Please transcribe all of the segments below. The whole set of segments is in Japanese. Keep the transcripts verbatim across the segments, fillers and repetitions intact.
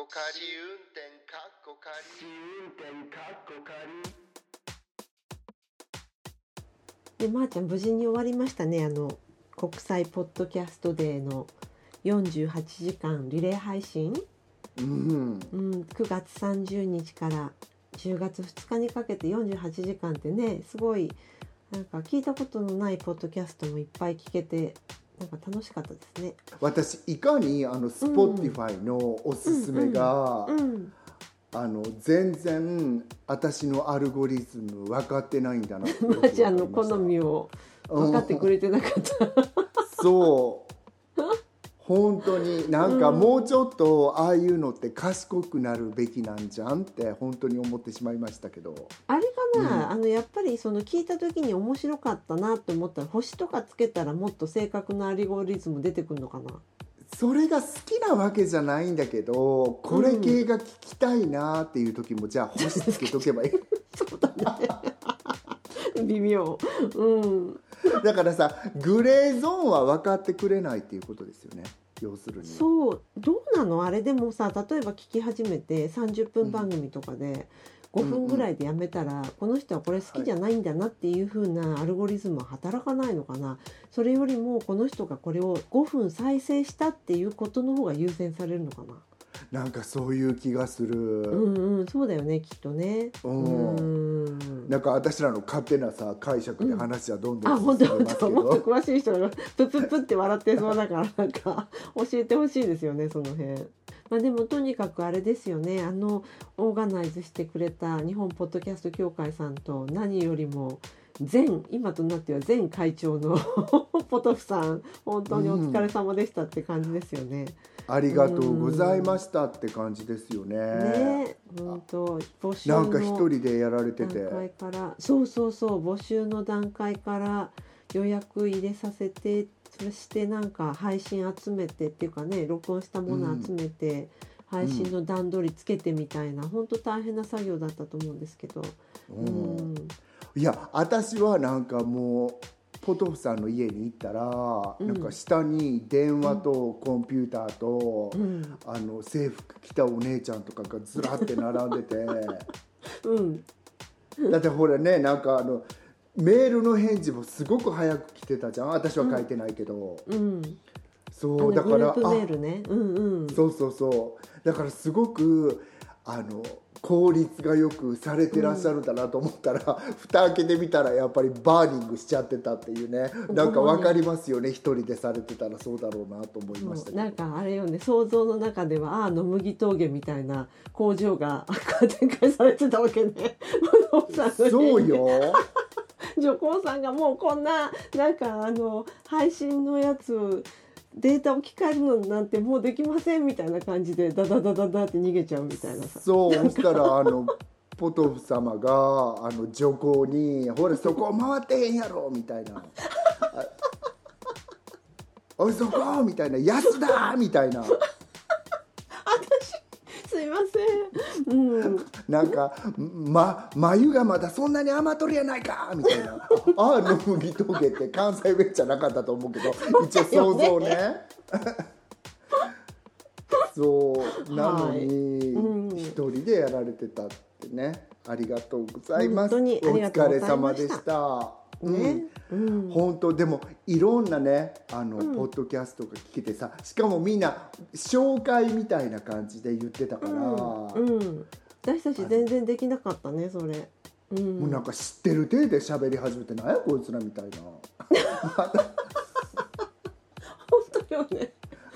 こ仮運転かっこ仮運転かっこ仮で、まーちゃん無事に終わりましたね。あの国際ポッドキャストデーのよんじゅうはちじかんリレー配信、 うんうん、くがつさんじゅうにちからじゅうがつふつかにかけてよんじゅうはちじかんってね、すごいなんか聞いたことのないポッドキャストもいっぱい聞けて、なんか楽しかったですね。 私いかにあの Spotify のおすすめが、 うんうんあの全然私のアルゴリズム分かってないんだなってまーちゃんの好みを分かってくれてなかったそう本当になんかもうちょっとああいうのって賢くなるべきなんじゃんって本当に思ってしまいましたけど、 あれかな、 うんあのやっぱりその聞いた時に面白かったなと思ったら星とかつけたらもっと正確なアルゴリズム出てくるのかな。 それが好きなわけじゃないんだけど、これ系が聞きたいなっていう時も、じゃあ星つけとけばいいそうだね微妙、うん、 だからさ、グレーゾーンは分かってくれないっていうことですよね、要するに。 そうどうなのあれ。でもさ、例えば聞き始めてさんじゅっぷん番組とかでごふんぐらいでやめたら、うんうん、この人はこれ好きじゃないんだなっていう風なアルゴリズムは働かないのかな。それよりもこの人がこれをごふん再生したっていうことの方が優先されるのかな。 なんかそういう気がする。 うんうん、そうだよね、きっとね。 うん、 うんなんか私らの勝手なさ解釈で話はどんどんあ、本当本当、もっと進めますけど、 詳しい人がプププって笑ってそうだからなんか教えてほしいですよね、その辺。まあ、でもとにかくあれですよね、あのオーガナイズしてくれた日本ポッドキャスト協会さんと、何よりも前今となっては前会長のポトフさん、本当にお疲れ様でしたって感じですよね。 ありがとうございましたって感じですよね。 ね、本当募集のなんか一人でやられてて、 段階からそうそうそう募集の段階から予約入れさせて、そしてなんか配信集めてっていうかね、録音したもの集めて、うん、配信の段取りつけてみたいな、本当大変な作業だったと思うんですけど、 うんうん、 いや私はなんかもうポトフさんの家に行ったら、うん、なんか下に電話とコンピューターと、うん、あの制服着たお姉ちゃんとかがずらって並んでて、うん、だってほらね、なんかあのメールの返事もすごく早く来てたじゃん。私は書いてないけど、うんうん、そうだからグループメールね、うんうん、 そうそうそう、だからすごくあの効率がよくされてらっしゃるんだなと思ったら、うん、蓋開けてみたらやっぱりバーニングしちゃってたっていうね。なんか分かりますよね、一人でされてたらそうだろうなと思いましたけど、 なんかあれよね、想像の中ではあの麦峠みたいな工場が展開されてたわけねそうよ女工さんがもうこんななんかあの配信のやつデータを置き換えるのなんてもうできませんみたいな感じでダダダダダって逃げちゃうみたいなさ。 そうそしたらあのポトフ様があの女工に「ほらそこ回ってへんやろ」みたいな「おいそこ」みたいな「安だ」みたいな。 すいません、うん、 なんか、ま、眉がまだそんなに甘とりやないかみたいな。ああの麦峠って関西弁じゃなかったと思うけど、一応想像ねそうなのに、はい、一人でやられてたってね。ありがとうございます。お疲れ様でした。ね、うん、本当でもいろんなねあの、うん、ポッドキャストが聞けてさ、しかもみんな紹介みたいな感じで言ってたから、うんうん、私たち全然できなかったねそれ、 うん、もうなんか知ってる体で喋り始めて何やこいつらみたいな本当よね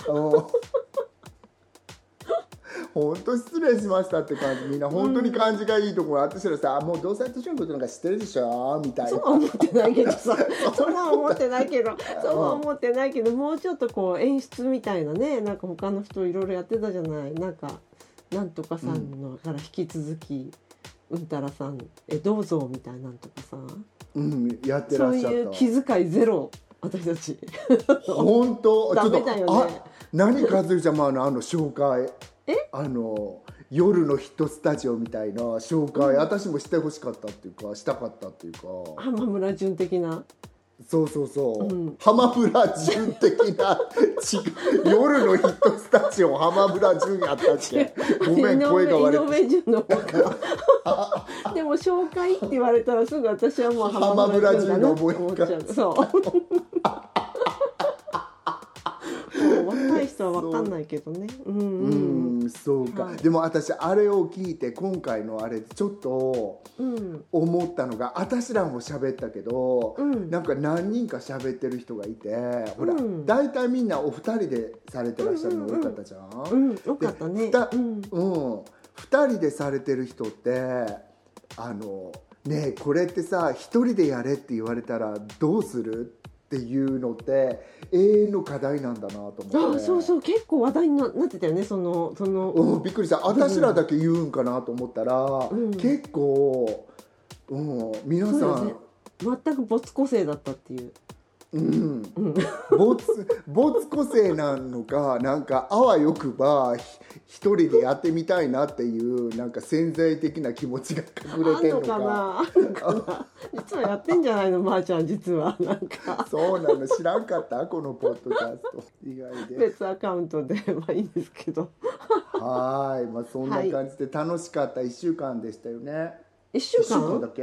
本当失礼しましたって感じ。みんな本当に感じがいいところ、うん、私らさもうどうせ私のことなんか知ってるでしょみたいな。 そうは思ってないけどさそうは思ってないけどそうは思ってないけどもうちょっとこう演出みたいなね、なんか他の人いろいろやってたじゃない。なんかなんとかさんのから引き続き、うん、うんたらさんえどうぞみたいなんとかさ、 うん、やってらっしゃった。 そういう気遣いゼロ私たち本当ダメだよね。 ちょっとあ何和代ちゃんもあのあの紹介あの夜のヒットスタジオみたいな紹介、うん、私もしてほしかったっていうかしたかったっていうか、 浜村淳的なそうそうそう、 うん、 浜村淳的な夜のヒットスタジオ浜村淳やったっけごめん声が割れて井上淳の方かでも紹介って言われたらすぐ私はもう浜村淳だなって思っちゃうそう若い人は分かんないけどねうんうん、 うん、そうか、 はい、 でも私あれを聞いて今回のあれちょっと思ったのが、うん、私らも喋ったけど、うん、なんか何人か喋ってる人がいて、ほら、うん、大体みんなお二人でされてらっしゃるの多かったじゃん、 うんうん、多かったね、 うん、うん、二人でされてる人ってあのねえこれってさ一人でやれって言われたらどうするっていうのって永遠の課題なんだなと思って。 あ、そうそう、結構話題になってたよね、そのその、 うん、びっくりした。私らだけ言うんかなと思ったら、うん、結構、うん、皆さん、ね、 全く没個性だったっていう。 うん、没没個性なのか、なんかあわよくば一人でやってみたいなっていうなんか潜在的な気持ちが隠れてるのか。 あんのかな実はやってんじゃないの、まーちゃん実はなんかそうなの、知らんかったこのポッドキャスト意外で別アカウントでまあいいんですけどはい、まあ、そんな感じで楽しかったいっしゅうかんでしたよね。 いっしゅうかん？ いっしゅうかんだっけ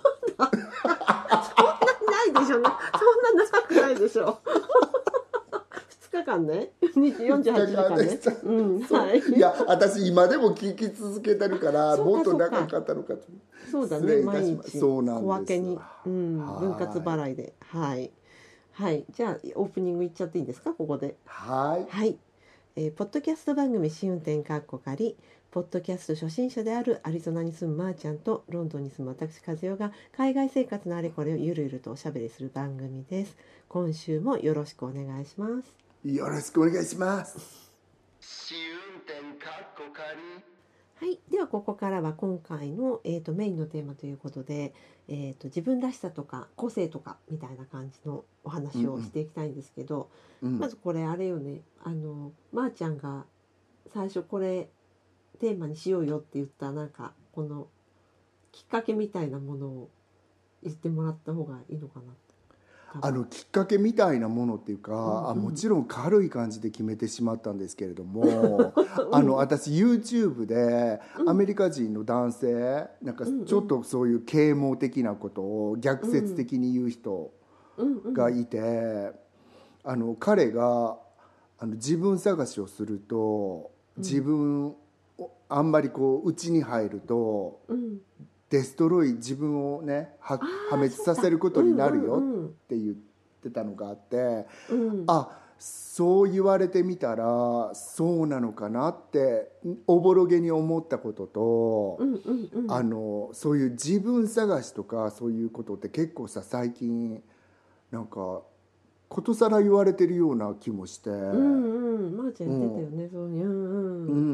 ないでしょ、そんな長くないでしょふつかかんねよんじゅうはちじかんね、うん、はい、 いや私今でも聞き続けてるからもっと長かったのかと。 そうだね、毎日そうなんです、 小分けに、うん、分割払いで、はいはい、じゃあオープニングいっちゃっていいんですか、ここで。 はいはい、えー、ポッドキャスト番組試運転かっこ仮、ポッドキャスト初心者であるアリゾナに住むまーちゃんとロンドンに住む私和代が海外生活のあれこれをゆるゆるとおしゃべりする番組です。今週もよろしくお願いします。 よろしくお願いします。 試運転かっこ仮。 はい、ではここからは今回の、えー、とメインのテーマということで、えー、と自分らしさとか個性とかみたいな感じのお話をしていきたいんですけど、うんうん、まずこれあれよね、あのまーちゃんが最初これテーマにしようよって言ったなんかこのきっかけみたいなものを言ってもらった方がいいのかな。 あのきっかけみたいなものっていうか、うんうん、あもちろん軽い感じで決めてしまったんですけれども、うん、あの私 YouTube でアメリカ人の男性、うん、なんかちょっとそういう啓蒙的なことを逆説的に言う人がいて、うんうんうん、あの彼があの自分探しをすると自分、うんあんまりこう内に入ると、うん、デストロイ自分をね破滅させることになるよって言ってたのがあって、うん、あそう言われてみたらそうなのかなっておぼろげに思ったことと、うんうんうん、あのそういう自分探しとかそういうことって結構さ最近なんかことさら言われてるような気もして、 うんうん、まーちゃん言ってたよね、うん、そういう、うんうんうん、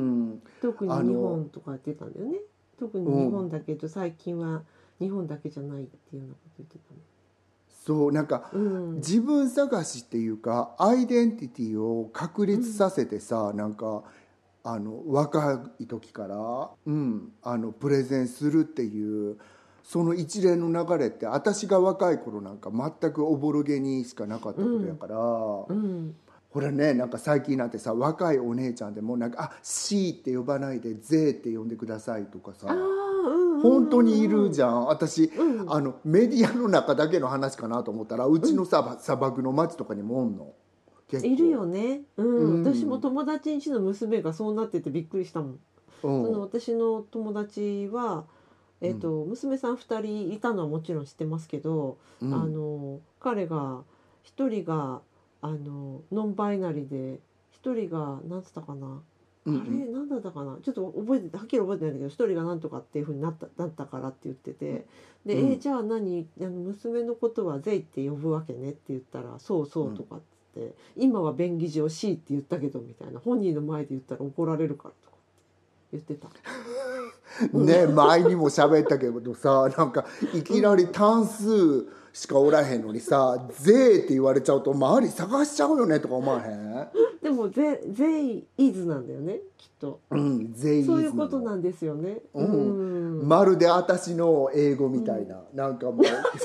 特に日本とか言ってたんだよね。特に日本だけど、うん、最近は日本だけじゃないっていうようなこと言ってたね。 そうなんか、うん、自分探しっていうかアイデンティティを確立させてさ、うん、なんかあの若い時から、うん、あのプレゼンするっていうその一連の流れって私が若い頃なんか全くおぼろげにしかなかったことやから、うんうん、ほらねなんか最近なんてさ若いお姉ちゃんでもなんかあ C って呼ばないで ゼー って呼んでくださいとかさ、うん、本当にいるじゃん。私、うん、あのメディアの中だけの話かなと思ったらうちのさ、うん、砂漠の町とかにもおんの結構いるよね、うんうん、私も友達ん家の娘がそうなっててびっくりしたもん、うん、その私の友達はえーとうん、娘さんふたりいたのはもちろん知ってますけど、うん、あの彼がひとりがあのノンバイナリーでひとりが何つったかな、うんうん、あれ何だったかなちょっと覚えてはっきり覚えてないんだけどひとりが何とかっていう風になったなったからって言っててで、うん、えー、じゃあ何あの娘のことはゼイって呼ぶわけねって言ったらそうそうとかっつって、うん、今は便宜上 C って言ったけどみたいな本人の前で言ったら怒られるからとか言ってたね、前にも喋ったけどさなんかいきなり単数しかおらへんのにさ「ゼー」って言われちゃうと周り探しちゃうよねとか思わへん？ でもゼ「ゼイイズ」なんだよねきっと、 うん、ゼイイズそういうことなんですよね、 うんうん、まるで私の英語みたいな、うん、なんかもう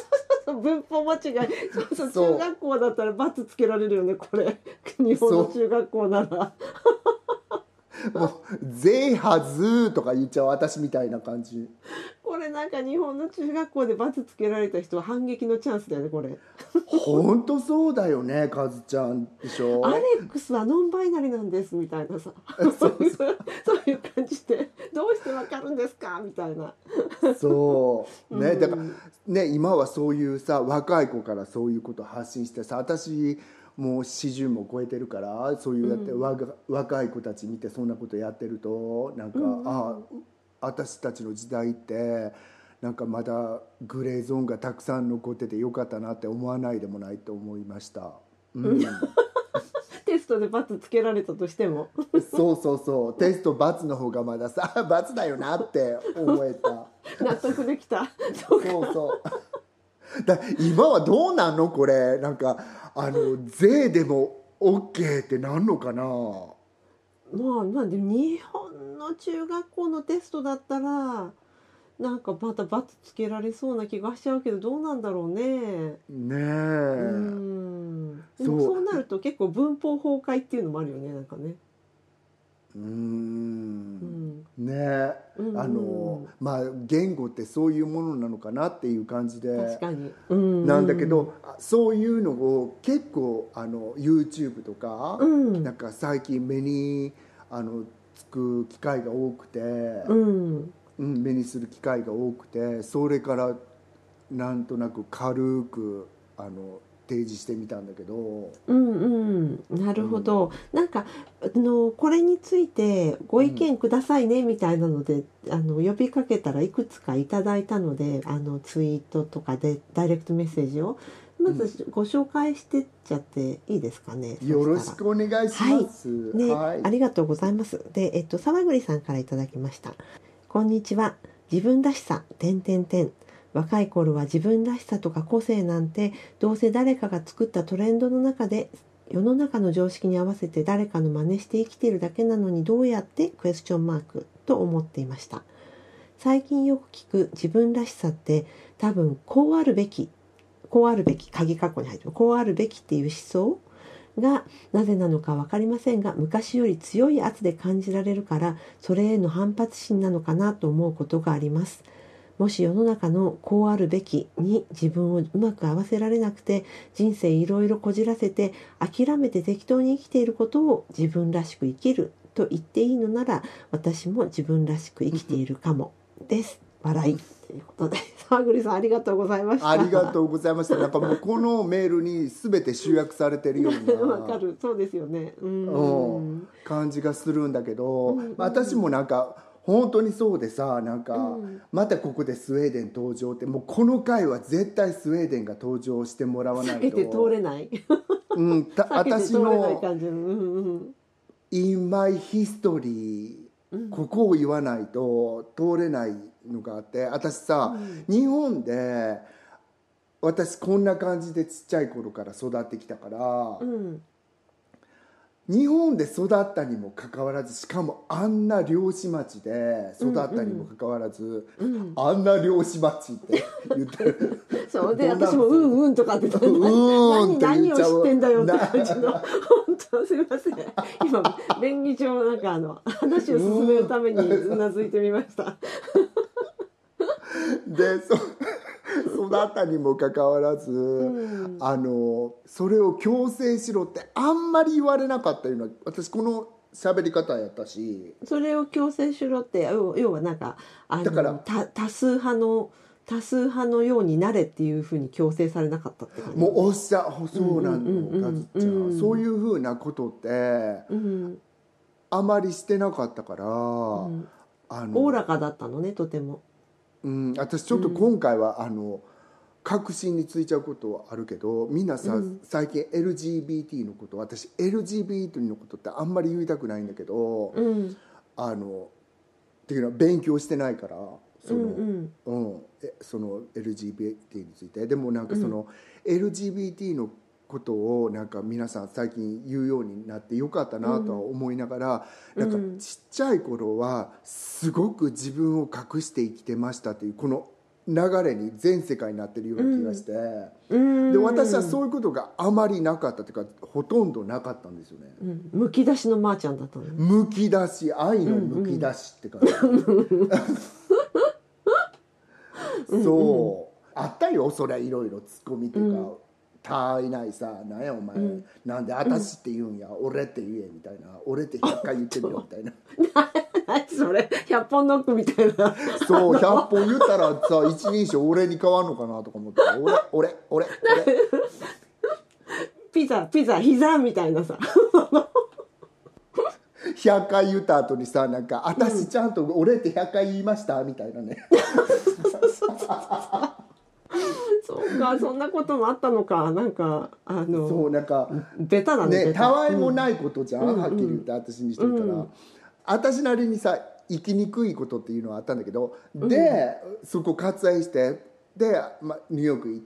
そう文法間違い。そうそう、 そう中学校だったらバツつけられるよねこれ。日本の中学校なら。 もう「ぜはず」とか言っちゃう私みたいな感じ。 これなんか日本の中学校でバツつけられた人は反撃のチャンスだよねこれ。 本当そうだよね、カズちゃんでしょ。 アレックスはノンバイナリなんですみたいなさ。そういうそういう感じでどうしてわかるんですかみたいな。 そうね、 うんだからね今はそういうさ若い子からそういうことを発信してさ、私もうよんじゅうも超えてるからそういうやって、 うん、 わが若い子たち見てそんなことやってるとなんか、 うんうん、 あ私たちの時代ってなんかまだグレーゾーンがたくさん残っててよかったなって思わないでもないと思いました、うん、 テストでバツつけられたとしても。 そうそうそう、テスト×の方がまださ×だよなって思えた。 納得できた。そうか。 そうそうだ今はどうなんのこれ、なんかあの税でも OK ってなんのかな。 まあまあでも日本の中学校のテストだったらなんかまたバツつけられそうな気がしちゃうけどどうなんだろうね。 ねえ、 うんでもそうそうなると結構文法崩壊っていうのもあるよねなんかね。 うーうんんねえ、 うんあのまあ言語ってそういうものなのかなっていう感じで確かに。うんなんだけど、そういうのを結構あの YouTube とか、 うんなんか最近目にあのつく機会が多くて、 うんうん、目にする機会が多くて、それからなんとなく軽くあの提示してみたんだけど、 うんうんなるほど、なんかあのこれについてご意見くださいねみたいなので、あの呼びかけたらいくつかいただいたので、あのツイートとかでダイレクトメッセージをまずご紹介してっちゃっていいですかね。 よろしくお願いします。 ね、 はい、 ありがとうございます。で、えっと沢栗さんからいただきました。こんにちは。自分らしさ点点点。若い頃は自分らしさとか個性なんてどうせ誰かが作ったトレンドの中で世の中の常識に合わせて誰かの真似して生きているだけなのにどうやってクエスチョンマークと思っていました。最近よく聞く自分らしさって多分こうあるべきこうあるべき鍵括弧に入ってるこうあるべきっていう思想がなぜなのか分かりませんが昔より強い圧で感じられるからそれへの反発心なのかなと思うことがあります。もし世の中のこうあるべきに自分をうまく合わせられなくて人生いろいろこじらせて諦めて適当に生きていることを自分らしく生きると言っていいのなら私も自分らしく生きているかもです笑いということで沢栗さんありがとうございました。 ありがとうございました。なんかもうこのメールに全て集約されてるようなわかる、そうですよね。ううんん感じがするんだけど、 うんうんまあ私もなんか本当にそうでさ、なんか、 うんまたここでスウェーデン登場ってもうこの回は絶対スウェーデンが登場してもらわないと避けて通れないうん、た避けて私通れないの感じ。うんうん 「In my history」 うんここを言わないと通れないのがあって、私さ、 うん日本で私こんな感じでちっちゃい頃から育ってきたから、 うん日本で育ったにもかかわらず、しかもあんな漁師町で育ったにもかかわらず、 うんあんな漁師町って言ってるそうでどんな私もうんうんとかってうーんって何何を言っちゃう知ってんだよって感じの本当すいません今便宜上なんかあの話を進めるためにうなずいてみましたでそ育ったにもかかわらず、 んあのそれを強制しろってあんまり言われなかったような、私この喋り方やったし、 それを強制しろって要要はなんかあのだからた多数派の多数派のようになれっていうふうに強制されなかったって感じ。 もうおっしゃそうなうんうんうんうんのかずちゃん、そういうふうなことってうんあまりしてなかったから、 うんあのおおらかだったのねとても。 うん、私ちょっと今回は、あの確信についちゃうことはあるけど、みんなさ、 うん最近 エルジービーティー のこと、私 エルジービーティー のことってあんまり言いたくないんだけど、 うんあのっていうのは勉強してないから、その、 うんうんえその エルジービーティー について。でもなんかその、エルジービーティー のことをなんか皆さん最近言うようになってよかったなとは思いながら、 うんなんかちっちゃい頃はすごく自分を隠して生きてましたっていう、この流れに全世界になってるような気がして、 うん、 で私はそういうことがあまりなかったというかほとんどなかったんですよね、 うん、むき出しのまーちゃんだったのね。 むき出し、愛のむき出しって感じ、うんうん、そうあったよそりゃいろいろツッコミっていうか、うん他いないさ、なんやお前、うん、なんで私って言うんや、うん、俺って言えみたいな、俺ってひゃっかい言ってみよみたいな何それひゃっぽんノックみたいなそうひゃっぽん言ったらさ一人称俺に変わんのかなとか思って俺俺俺俺ピザピザ膝みたいなさひゃっかい言った後にさなんか私ちゃんと俺ってひゃっかい言いましたみたいなねそうかそんなこともあったのかなんかあのそうなんかベタだねねたわいもないことじゃん、うん、はっきり言って私にしてみたら、うん、私なりにさ生きにくいことっていうのはあったんだけど、うん、でそこ割愛してで、ま、ニューヨーク行って、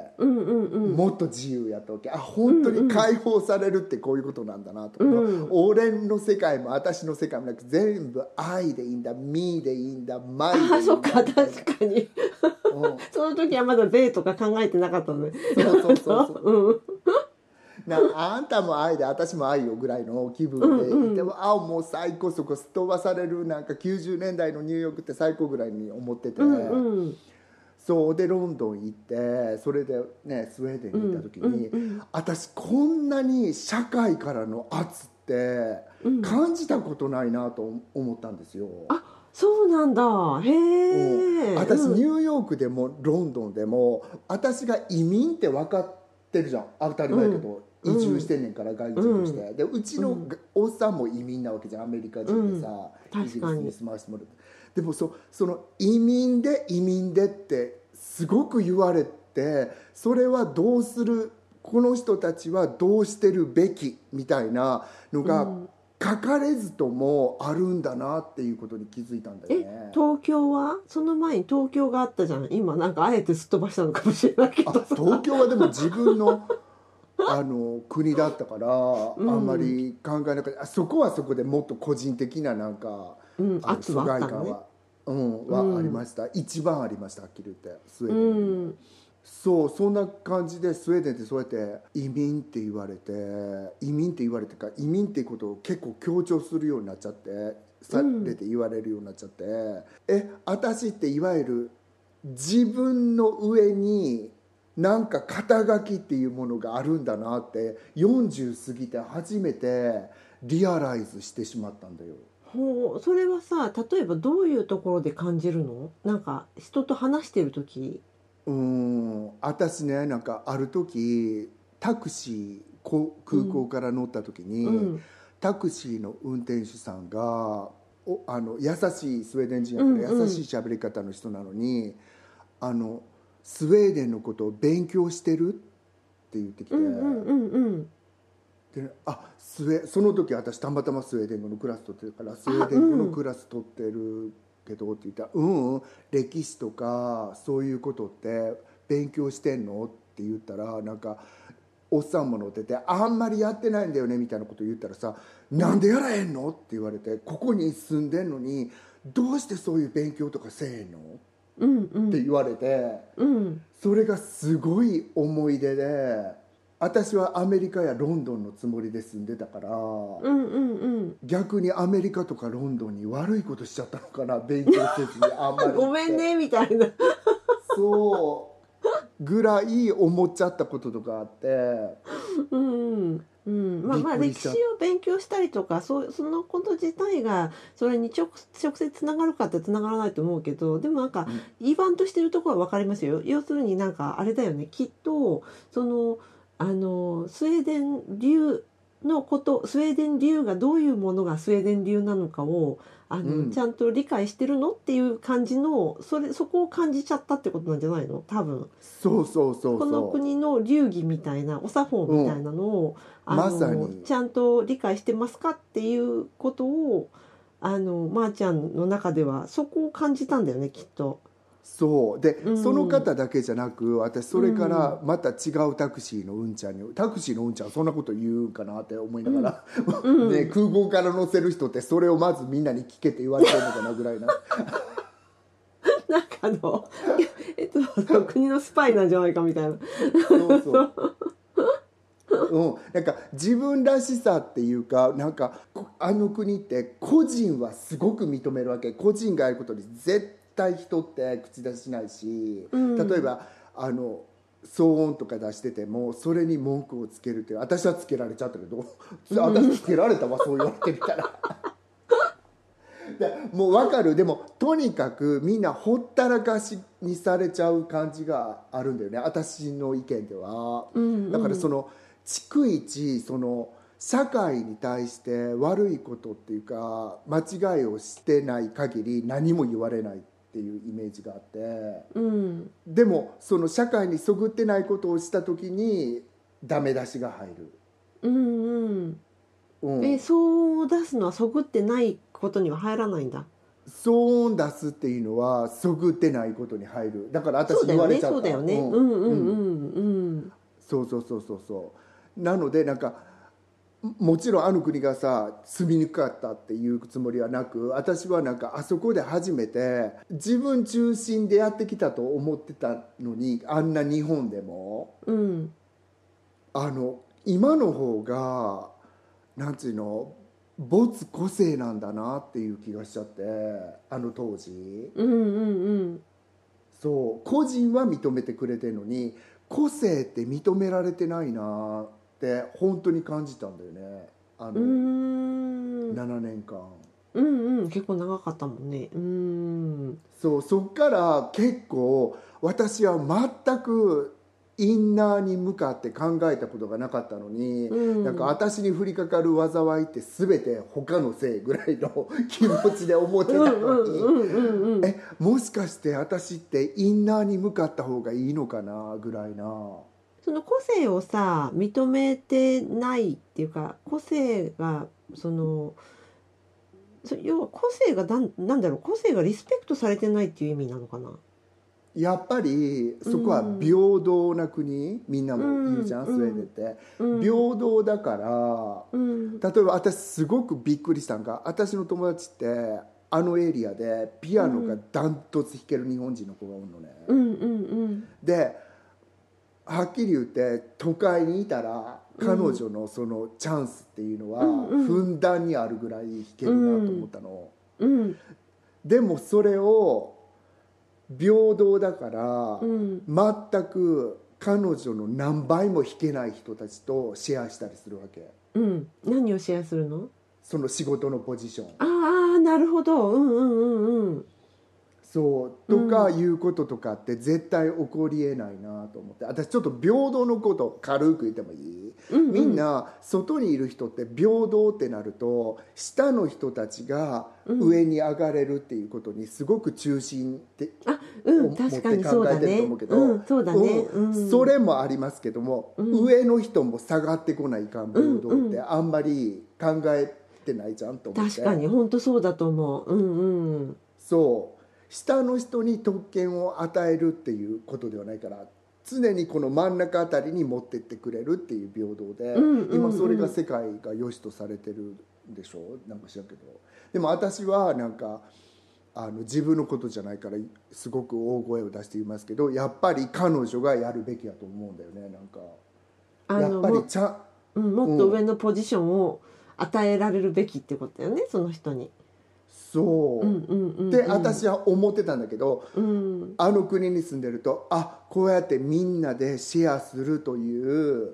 うんうんうん、もっと自由やったわけあ本当に解放されるってこういうことなんだなと、うん、俺の世界も私の世界もなく全部愛でいいんだミーでいいんだマイでいいんだあそっか確かに、うん、その時はまだ税とか考えてなかったのねそうそうそうそう、うんなあんたも愛で私も愛よぐらいの気分でいて、うんうん、あもう最高そこすっ飛ばされるなんかきゅうじゅうねんだいのニューヨークって最高ぐらいに思ってて、うんうん、そうでロンドン行ってそれでねスウェーデンに行った時に、うんうんうん、私こんなに社会からの圧って感じたことないなと思ったんですよ、うん、 あそうなんだへえ、 うん、私ニューヨークでもロンドンでも私が移民って分かってるじゃん当たり前だけど、うん、移住してんねんから外人として、うん、でうちのおっさんも移民なわけじゃんアメリカ人でさ、うん、イギリスに住まわせてもらってでも そ, その移民で移民でってすごく言われてそれはどうするこの人たちはどうしてるべきみたいなのが書かれずともあるんだなっていうことに気づいたんだよね。 え東京はその前に東京があったじゃん今なんかあえてすっ飛ばしたのかもしれないけどあ東京はでも自分のあの国だったから、うん、あんまり考えなかったそこはそこでもっと個人的ななんか、うん、あ疎外感は、うん、はありました、うん、一番ありましたはっきり言ってスウェーデン、うん、そうそんな感じでスウェーデンってそうやって移民って言われて移民って言われてか移民っていうことを結構強調するようになっちゃってされて言われるようになっちゃって、うん、え私っていわゆる自分の上になんか肩書きっていうものがあるんだなってよんじゅう過ぎて初めてリアライズしてしまったんだよ。 ほうそれはさ例えばどういうところで感じるのなんか人と話してる時うーん私ねなんかある時タクシー空港から乗った時に、うん、タクシーの運転手さんがおあの優しいスウェーデン人やから優しい喋り方の人なのに、うんうん、あのスウェーデンのことを勉強してるって言ってきて、うんうんうんうん、であスウェその時私たまたまスウェーデン語のクラス取ってるからスウェーデン語のクラス取ってるけどって言ったらうんうん歴史とかそういうことって勉強してんのって言ったらなんかおっさんも乗っててあんまりやってないんだよねみたいなこと言ったらさなんでやらへんのって言われてここに住んでんのにどうしてそういう勉強とかせえへんのうんうん、って言われて、うん、それがすごい思い出で私はアメリカやロンドンのつもりで住んでたから、うんうんうん、逆にアメリカとかロンドンに悪いことしちゃったのかな勉強せずにあんまりごめんねみたいなそうぐらい思っちゃったこととかあってうんうん、まあまあ歴史を勉強したりとかそ, そのこと自体がそれに 直, 直接つながるかってつながらないと思うけどでもなんか言わんとしてるところは分かりますよ。要するになんかあれだよねきっとそのあのスウェーデン流のことスウェーデン流がどういうものがスウェーデン流なのかをあの、うん、ちゃんと理解してるのっていう感じのそれそこを感じちゃったってことなんじゃないの多分。 そうそうそうそうこの国の流儀みたいなお作法みたいなのを、うん、あのまさにちゃんと理解してますかっていうことをあのまーちゃんの中ではそこを感じたんだよねきっと。 そうで、うん、その方だけじゃなく私それからまた違うタクシーのうんちゃんにタクシーのうんちゃんそんなこと言うんかなって思いながら、うんね、空港から乗せる人ってそれをまずみんなに聞けって言われてるのかなぐらいななんかあのえっと国のスパイなんじゃないかみたいな。 そうそううん、なんか自分らしさっていうか、なんかあの国って個人はすごく認めるわけ。個人がやることに絶対人って口出ししないし、うん、例えばあの騒音とか出しててもそれに文句をつけるっていう、私はつけられちゃったけど、私つけられたわ、そう言われてみたらでもう分かる。でもとにかくみんなほったらかしにされちゃう感じがあるんだよね、私の意見では、うんうん、だからその逐一その社会に対して悪いことっていうか間違いをしてない限り何も言われないっていうイメージがあって、うん、でもその社会にそぐってないことをした時にダメ出しが入る。 うんうんうん、え騒音を出すのはそぐってないことには入らないんだ。 騒音出すっていうのはそぐってないことに入る。だから私言われちゃった。 そうだよね。そうだよね。うんうんうんうん。 そうそうそうそうそう。なのでなんかもちろんあの国がさ住みにくかったっていうつもりはなく、私はなんかあそこで初めて自分中心でやってきたと思ってたのに、あんな日本でも、うん、あの今の方がなんつうの没個性なんだなっていう気がしちゃって、あの当時、うんうんうん、そう個人は認めてくれてるのに個性って認められてないなって本当に感じたんだよね、あのうーんななねんかん。 うんうん、結構長かったもんね。うーんそう、そっから結構私は全くインナーに向かって考えたことがなかったのに、うん、なんか私に降りかかる災いって全て他のせいぐらいの気持ちで思ってたのに、えもしかして私ってインナーに向かった方がいいのかなぐらいな。 その個性をさ認めてないっていうか、個性がその要は個性がなん、なんだろう、個性がリスペクトされてないっていう意味なのかな。 やっぱりそこは平等な国、うん、みんなも言うじゃん、うん、スウェーデンって、うん、平等だから、うん、例えば私すごくびっくりしたのが、私の友達ってあのエリアでピアノがダントツ弾ける日本人の子がおるのね、うんうんうん、ではっきり言って都会にいたら彼女のそのチャンスっていうのはふんだんにあるぐらい弾けるなと思ったの、うんうん、でもそれを平等だから、うん、全く彼女の何倍も弾けない人たちとシェアしたりするわけ、 うん、何をシェアするの？ その仕事のポジション。 ああなるほど、うんうんうんうんそうとかいうこととかって絶対起こりえないなと思って、私ちょっと平等のこと軽く言ってもいい、うんうん、みんな外にいる人って平等ってなると下の人たちが上に上がれるっていうことにすごく中心って思って考えてると思うけど、それもありますけども、うん、上の人も下がってこないかん平等ってあんまり考えてないじゃんと思って。 確かに本当そうだと思う、うんうん、 そう下の人に特権を与えるっていうことではないから、常にこの真ん中あたりに持ってってくれるっていう平等で、うんうんうん、今それが世界が良しとされてるんでしょう、なんか知らんけど。でも私はなんかあの自分のことじゃないからすごく大声を出して言いますけど、やっぱり彼女がやるべきだと思うんだよね。なんかやっぱりちゃ、 うん、もっと上のポジションを与えられるべきってことだよね、その人に。 そう、うんうんうんうん、で私は思ってたんだけど、うん、あの国に住んでると、あこうやってみんなでシェアするという、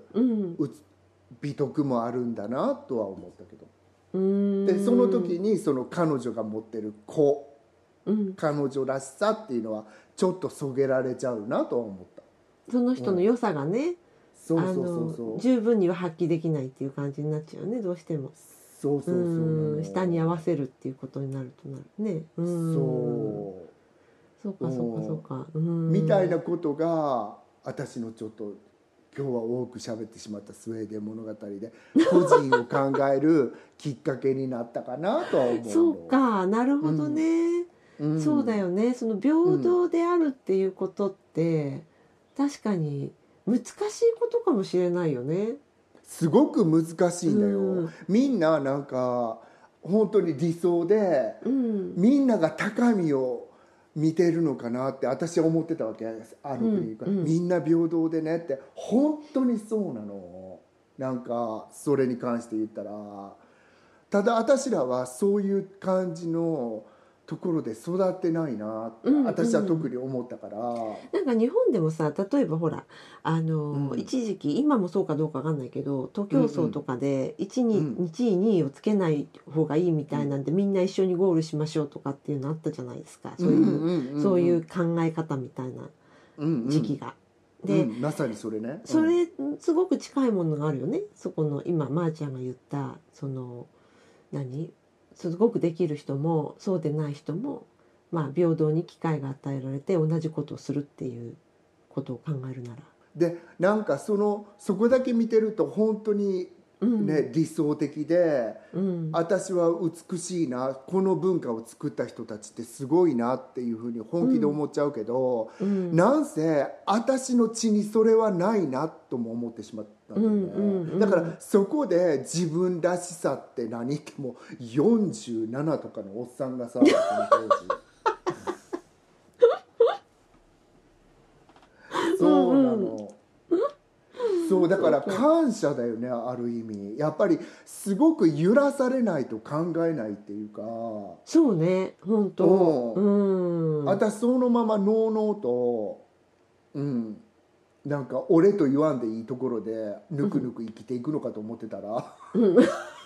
うん、美徳もあるんだなとは思ったけど、うんでその時にその彼女が持ってる子、うん、彼女らしさっていうのはちょっとそげられちゃうなとは思った。 その人の良さがね、そうそうそうそう、十分には発揮できないっていう感じになっちゃうね、どうしても。 そうそうそう、 うん下に合わせるっていうことになるとなるね、うん、そうそうかそうかそうか、うん、 みたいなことが私のちょっと今日は多く喋ってしまったスウェーデン物語で個人を考えるきっかけになったかなとは思うの。 そうかなるほどね、うん、そうだよね。その平等であるっていうことって、うん、確かに難しいことかもしれないよね。 すごく難しいんだよ、うん、みんななんか本当に理想で、うん、みんなが高みを見てるのかなって私は思ってたわけ。あの国、 うんうん、 みんな平等でねって。本当にそうなの。なんかそれに関して言ったら、ただ私らはそういう感じのところで育ってないなって、うんうん、私は特に思ったから。 なんか日本でもさ、例えばほらあの、うん、一時期今もそうかどうかわかんないけど、徒競走とかでいち、うんうん、にいちいにいをつけない方がいいみたいなんで、うん、みんな一緒にゴールしましょうとかっていうのあったじゃないですか。そういう、うんうんうん、そういう考え方みたいな時期が。うんうん、 で、うん、まさにそれね、うん、 それすごく近いものがあるよね。そこの今まーちゃんが言ったその何すごくできる人もそうでない人も、まあ、平等に機会が与えられて同じことをするっていうことを考えるなら。 でなんかそのそこだけ見てると本当にね、うん、理想的で、うん、私は美しいな、この文化を作った人たちってすごいなっていうふうに本気で思っちゃうけど、うん、なんせ私の血にそれはないなとも思ってしまったんだよね、うんうんうん、だからそこで自分らしさって何ってもうよんじゅうななとかのおっさんがさ、その当時そうなの、うんうん、そうだから感謝だよね、ある意味。やっぱりすごく揺らされないと考えないっていうか。 そうね、本当、うん、 私そのままのうのうと、うん、なんか俺と言わんでいいところでぬくぬく生きていくのかと思ってたら、うん、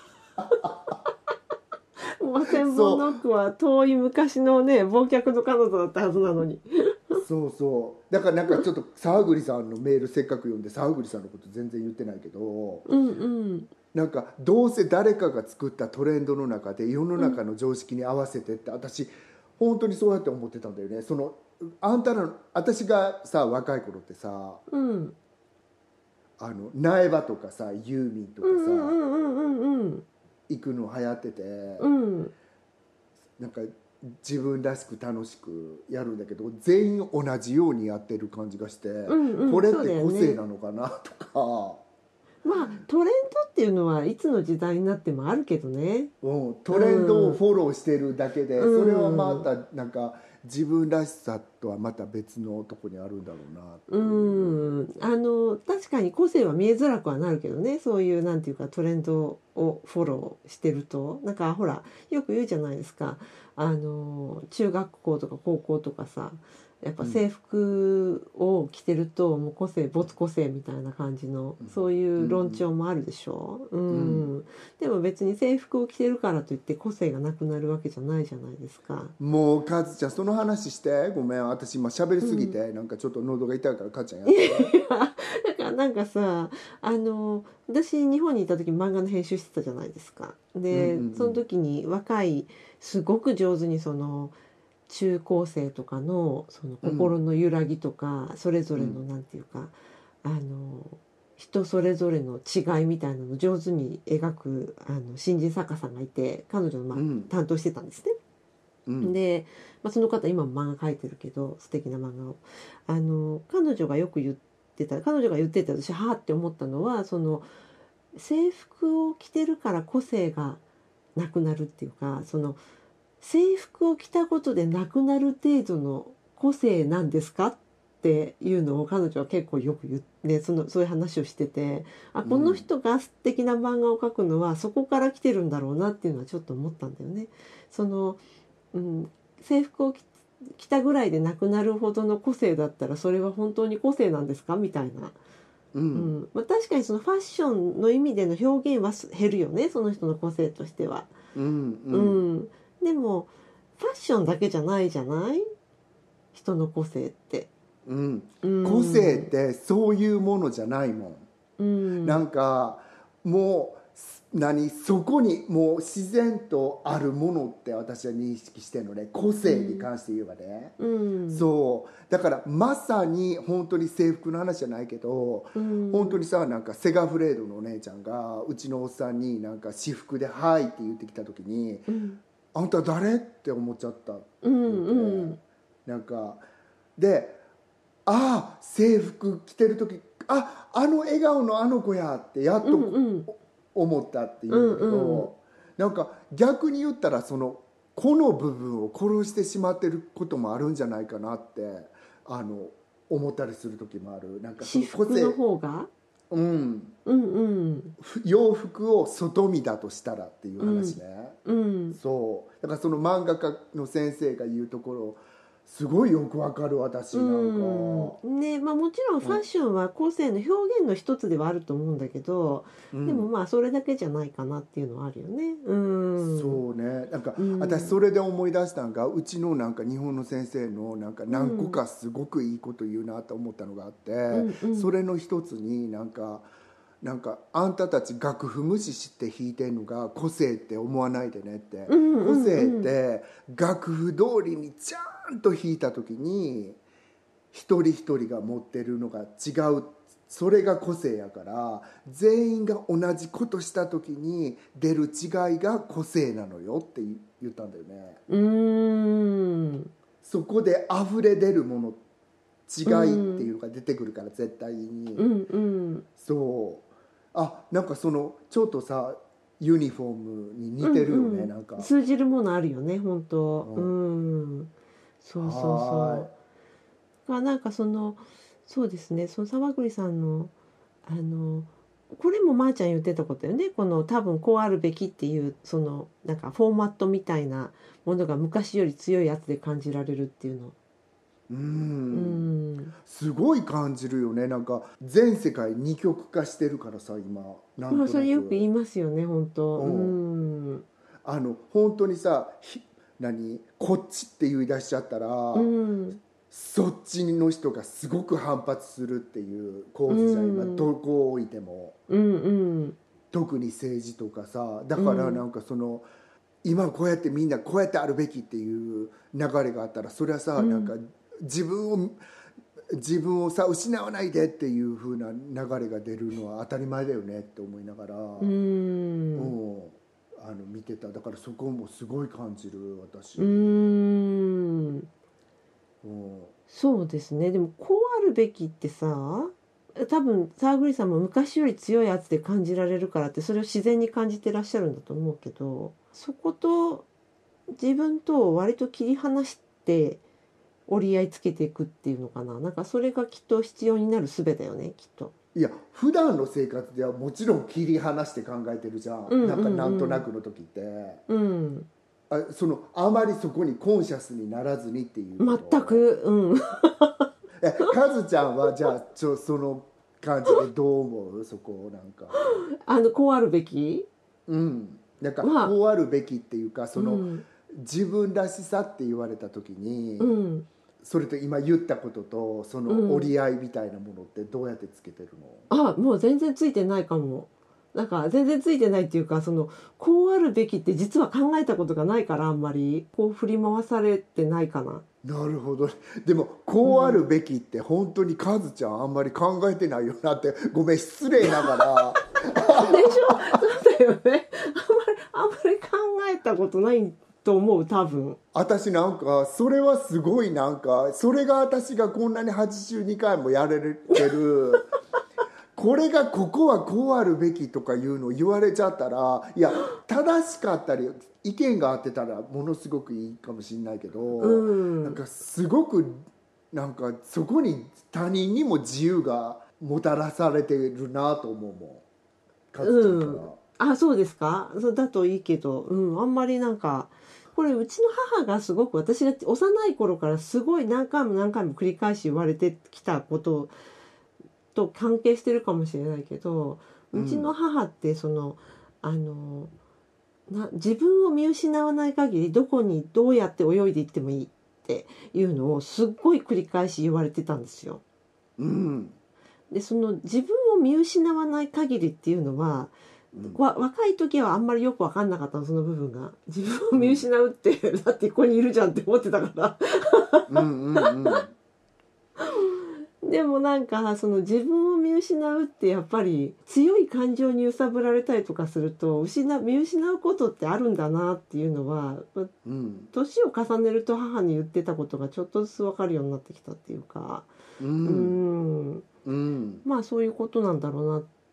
もう千本ノックは遠い昔のね忘却の彼女だったはずなのにそうそうだからなんかちょっと沢栗さんのメールせっかく読んで、沢栗さんのこと全然言ってないけど、 うんうん、 なんかどうせ誰かが作ったトレンドの中で世の中の常識に合わせてって、私本当にそうやって思ってたんだよね。そのあんたら私がさ若い頃ってさ、うん、あの苗場とかさユーミンとかさ、うんうんうんうん、行くの流行ってて、うん、なんか自分らしく楽しくやるんだけど全員同じようにやってる感じがして、うんうん、これって個性なのかなとか、 まあトレンドっていうのはいつの時代になってもあるけどね、 うん、トレンドをフォローしてるだけで、うん、それはまたなんか自分らしさとはまた別のとこにあるんだろうなっていう、 うん、あの確かに個性は見えづらくはなるけどね、そういうなんていうかトレンドをフォローしてると。なんかほらよく言うじゃないですか、あの中学校とか高校とかさ、やっぱ制服を着てるともう個性没個性みたいな感じの、うん、そういう論調もあるでしょ、うんうん、でも別に制服を着てるからといって個性がなくなるわけじゃないじゃないですか。 もうカズちゃんその話して、ごめん私今喋りすぎて、うん、なんかちょっと喉が痛いからカズちゃんやってだからなんかさ、あの私日本にいた時漫画の編集してたじゃないですか。で、うんうんうん、その時に若いすごく上手にその中高生とかのその心の揺らぎとか、うん、それぞれのなんていうか、あの人それぞれの違いみたいなのを上手に描くあの新人作家さんがいて、彼女の、まあうん、担当してたんですね。うん、で、まあ、その方今も漫画描いてるけど素敵な漫画を、あの彼女がよく言ってた彼女が言ってた私はあって思ったのは、その制服を着てるから個性がなくなるっていうか、その制服を着たことでなくなる程度の個性なんですかっていうのを彼女は結構よく言って、そのそういう話をしてて、あ、この人が素敵な漫画を描くのはそこから来てるんだろうなっていうのはちょっと思ったんだよね。その、うん、制服を着たぐらいでなくなるほどの個性だったらそれは本当に個性なんですかみたいな。うんうんまあ、確かにそのファッションの意味での表現は減るよね、その人の個性としては。うんうんうんでもファッションだけじゃないじゃない、人の個性って、 うんうん、個性ってそういうものじゃないもん、うん、なんかもう何そこにもう自然とあるものって私は認識してるので、個性に関して言えばね、うん、そうだからまさに本当に制服の話じゃないけど、うん、本当にさ、なんかセガフレードのお姉ちゃんがうちのおっさんになんか私服で「はい」って言ってきた時に、うんあんた誰って思っちゃったって言って、うんうん、なんかで、ああ制服着てる時、ああの笑顔のあの子やってやっと思ったっていうんだけど、うんうん、なんか逆に言ったらそのこの部分を殺してしまってることもあるんじゃないかなってあの思ったりする時もある。なんかそ私の個性服の方が、 うん、 うんうん洋服を外見だとしたらっていう話ね、 うんそうだからその漫画家の先生が言うところすごいよくわかる。私なんか、 うんねまあ、もちろんファッションは個性の表現の一つではあると思うんだけど、 うん、 でもまあそれだけじゃないかなっていうのはあるよね。うんそうね。なんか、 うん、 私それで思い出したのがうちのなんか日本の先生のなんか何個かすごくいいこと言うなと思ったのがあって、 うんうん、 それの一つになんかなんかあんたたち楽譜無視して弾いてんのが個性って思わないでねって、 うんうんうん、 個性って楽譜通りにちゃんと弾いた時に一人一人が持ってるのが違う、それが個性やから、全員が同じことした時に出る違いが個性なのよって言ったんだよね。 うーんそこで溢れ出るもの違いっていうのが出てくるから絶対に、 うんうん、 そうあなんかそのちょっとさユニフォームに似てるよね、 うんうん、 なんか通じるものあるよね本当、 ううん、そうそうそうがなんかそのそうですね、その沢栗さんのあのこれもまーちゃん言ってたことよね。この多分こうあるべきっていうそのなんかフォーマットみたいなものが昔より強いやつで感じられるっていうの。 うん、 うんすごい感じるよね。なんか全世界二極化してるからさ今なんとなく、 まあそれよく言いますよね本当。 ううんんあの本当にさ何こっちって言い出しちゃったら、 うんそっちの人がすごく反発するっていう構図じゃん、今うんどこを置いても、 うんうん特に政治とかさ。だからなんかその、今こうやってみんなこうやってあるべきっていう流れがあったら、それはさ、 うんなんか自分を自分をさ失わないでっていう風な流れが出るのは当たり前だよねって思いながら、 ううんんあの見てた。だからそこもすごい感じる私。 うん、 うんそうですね。でもこうあるべきってさ、多分沢栗さんも昔より強いやつで感じられるからってそれを自然に感じてらっしゃるんだと思うけど、そこと自分と割と切り離して折り合いつけていくっていうのかな。なんかそれがきっと必要になる術だよねきっと。 いや普段の生活ではもちろん切り離して考えてるじゃん、 うんうんうん、 なんかなんとなくの時って、 うん、 あそのあまりそこにコンシャスにならずにっていうこと。 全く、うん、 えカズちゃんはじゃあちょその感じでどう思う？そこなんかあのこうあるべき、 うんなんかまあこうあるべきっていうか、その、 うん、 自分らしさって言われた時に、 うん、 それと今言ったこととその折り合いみたいなものってどうやってつけてるの？ あもう全然ついてないかも。なんか全然ついてないっていうか、そのこうあるべきって実は考えたことがないから、あんまりこう振り回されてないかな。 なるほど。でもこうあるべきって本当にカズちゃんあんまり考えてないよなって。ごめん失礼ながらでしょ、そうだよね。あんまりあんまり考えたことないと思う多分。 私なんかそれはすごい、なんかそれが私がこんなにはちじゅうにかいもやれてるこれがここはこうあるべきとかいうのを言われちゃったら、いや正しかったり意見が合ってたらものすごくいいかもしれないけど、 うん、 なんかすごくなんかそこに他人にも自由がもたらされてるなと思うもん、カズちゃんから、 うん、あそうですか。そうだといいけど、うん、あんまりなんかこれうちの母がすごく、私が幼い頃からすごい何回も何回も繰り返し言われてきたことと関係してるかもしれないけど、うちの母ってその、あのな自分を見失わない限りどこにどうやって泳いでいってもいいっていうのをすっごい繰り返し言われてたんですよ。 うん、 でその自分を見失わない限りっていうのは、 うんわ若い時はあんまりよく分かんなかったの、その部分が。自分を見失うって、うん、だってここにいるじゃんって思ってたからうんうんうんでもなんかその自分を見失うってやっぱり強い感情に揺さぶられたりとかすると失見失うことってあるんだなっていうのは、 うん、 年を重ねると母に言ってたことがちょっとずつ分かるようになってきたっていうか、 ううんんうんまあそういうことなんだろうな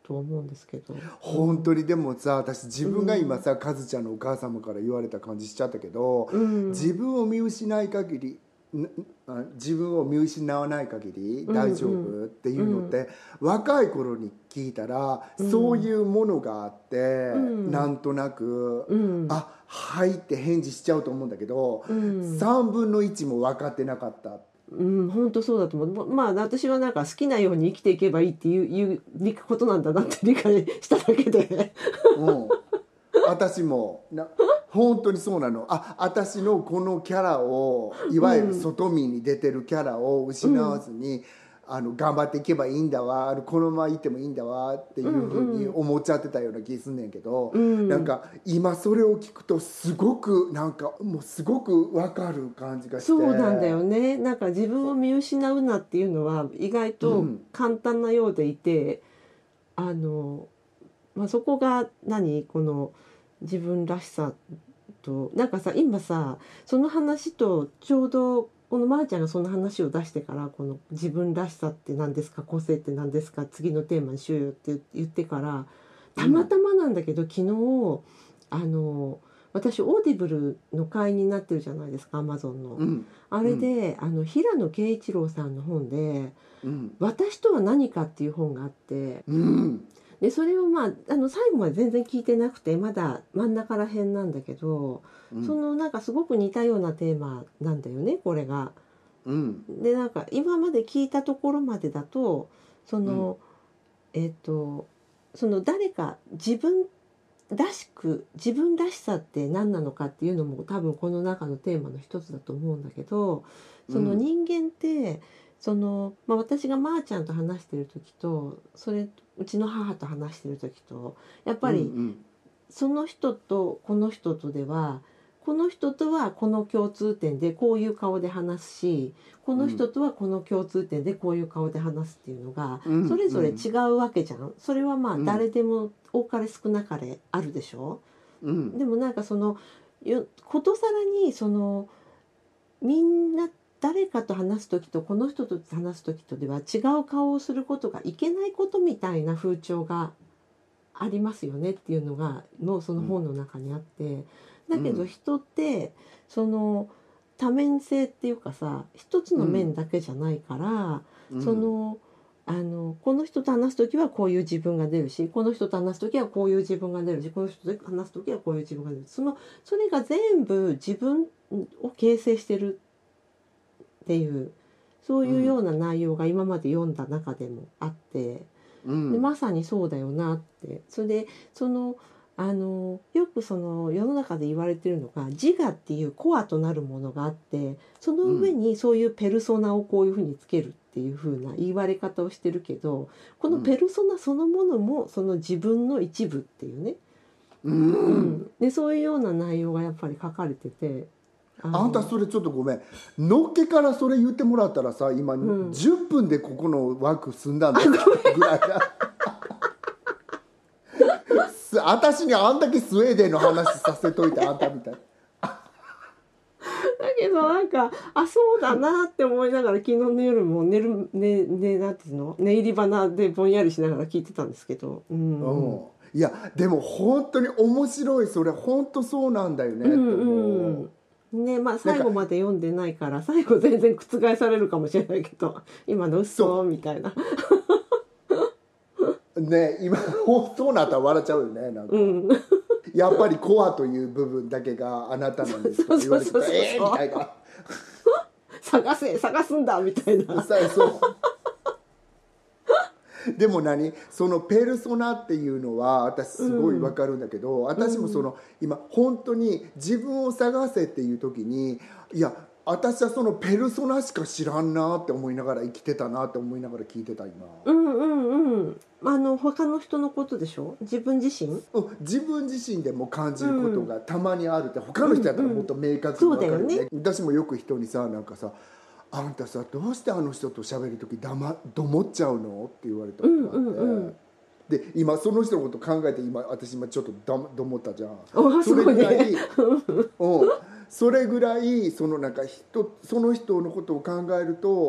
と思うんですけど。 本当にでもさ、私自分が今さ、カズちゃんのお母様から言われた感じしちゃったけど、うん、自分を見失い限り自分を見失わない限り大丈夫っていうのって、うんうん、若い頃に聞いたら、うん、そういうものがあって、うん、なんとなく、うん、あ、はいって返事しちゃうと思うんだけど、うん、さんぶんのいちも分かってなかった。 うん、本当そうだと思う。まあ私はなんか好きなように生きていけばいいっていう、いうことなんだなって理解しただけで、 うん、私もな本当にそうなの。あ、私のこのキャラを、いわゆる外見に出てるキャラを失わずに、うん、あの頑張っていけばいいんだわ、このままいってもいいんだわっていうふうに思っちゃってたような気すんねんけど、うん、なんか今それを聞くとすごくなんかもうすごく分かる感じがして。 そうなんだよね。なんか自分を見失うなっていうのは意外と簡単なようでいて、うん、あの、まあ、そこが何この自分らしさと、なんかさ今さその話とちょうどこのまーちゃんがその話を出してから、この自分らしさって何ですか、個性って何ですか、次のテーマにしようよって言ってから、たまたまなんだけど、うん、昨日あの私オーディブルの会員になってるじゃないですか、アマゾンの、うん、あれで、うん、あの平野啓一郎さんの本で、うん、私とは何かっていう本があって、うん、でそれをまああの最後まで全然聞いてなくて、まだ真ん中らへんなんだけど、うん、そのなんかすごく似たようなテーマなんだよねこれが。うん、でなんか今まで聞いたところまでだとその、うん、えっとその誰か自分らしく自分らしさって何なのかっていうのも多分この中のテーマの一つだと思うんだけど、その人間って、うん、そのまあ、私がまーちゃんと話してる時とそれうちの母と話してる時とやっぱり、うんうん、その人とこの人とではこの人とはこの共通点でこういう顔で話すし、この人とはこの共通点でこういう顔で話すっていうのがそれぞれ違うわけじゃん。それはまあ誰でも多かれ少なかれあるでしょ、うん、でもなんかそのことさらにそのみんな誰かと話す時とこの人と話す時とでは違う顔をすることがいけないことみたいな風潮がありますよねっていうのがもうその本の中にあって、だけど人ってその多面性っていうかさ、一つの面だけじゃないから、うん、そのあのこの人と話す時はこういう自分が出るし、この人と話す時はこういう自分が出るし、この人と話す時はこういう自分が出る。そのそれが全部自分を形成してるっていうそういうような内容が今まで読んだ中でもあって、うん、でまさにそうだよなって。それでそのあのよくその世の中で言われてるのが自我っていうコアとなるものがあって、その上にそういうペルソナをこういうふうにつけるっていう風な言われ方をしてるけど、このペルソナそのものもその自分の一部っていうね、うんうん、でそういうような内容がやっぱり書かれてて、 あ, あんたそれちょっとごめん、のっけからそれ言ってもらったらさ今、うん、じゅっぷんでここの枠済んだんだぐらいだ私にあんだけスウェーデンの話させといてあんたみたいだけどなんかあそうだなって思いながら昨日の夜も寝る寝寝なんていうの寝入り花でぼんやりしながら聞いてたんですけど、うん、 うん、いやでも本当に面白い、それ本当そうなんだよね、うんうんね、まあ最後まで読んでないから最後全然覆されるかもしれないけど今の嘘みたいなね、今そうなったら笑っちゃうよねなんか、うん、やっぱりコアという部分だけがあなたなんですとか言われてたえーみたいな探せ探すんだみたいなそうでも何そのペルソナっていうのは私すごい分かるんだけど、うん、私もその今本当に自分を探せっていう時にいや私はそのペルソナしか知らんなって思いながら生きてたなって思いながら聞いてた今。 うんうんうん。あの他の人のことでしょ？自分自身？ うん、自分自身でも感じることがたまにあるって、うん、他の人やったらもっと明確に分かるよね。うんうん、そうだよね。私もよく人にさなんかさあんたさどうしてあの人と喋る時だまどもっちゃうのって言われたことがあって。うんうんうんで今その人のこと考えて今私今ちょっとだどもったじゃん。それぐらい、うん、それぐらいそのなんか人その人のことを考えると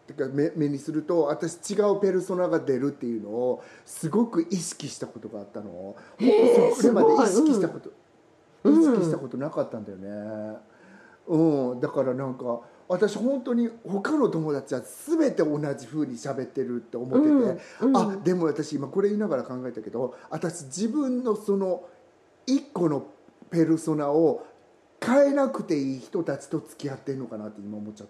てか 目, 目にすると私違うペルソナが出るっていうのをすごく意識したことがあったの。それまで意識したこと、うん、意識したことなかったんだよね、うん、だからなんか私本当に他の友達は全て同じ風に喋ってるって思ってて、うんうん、あでも私今これ言いながら考えたけど、私自分のその一個のペルソナを変えなくていい人たちと付き合ってんのかなって今思っちゃった。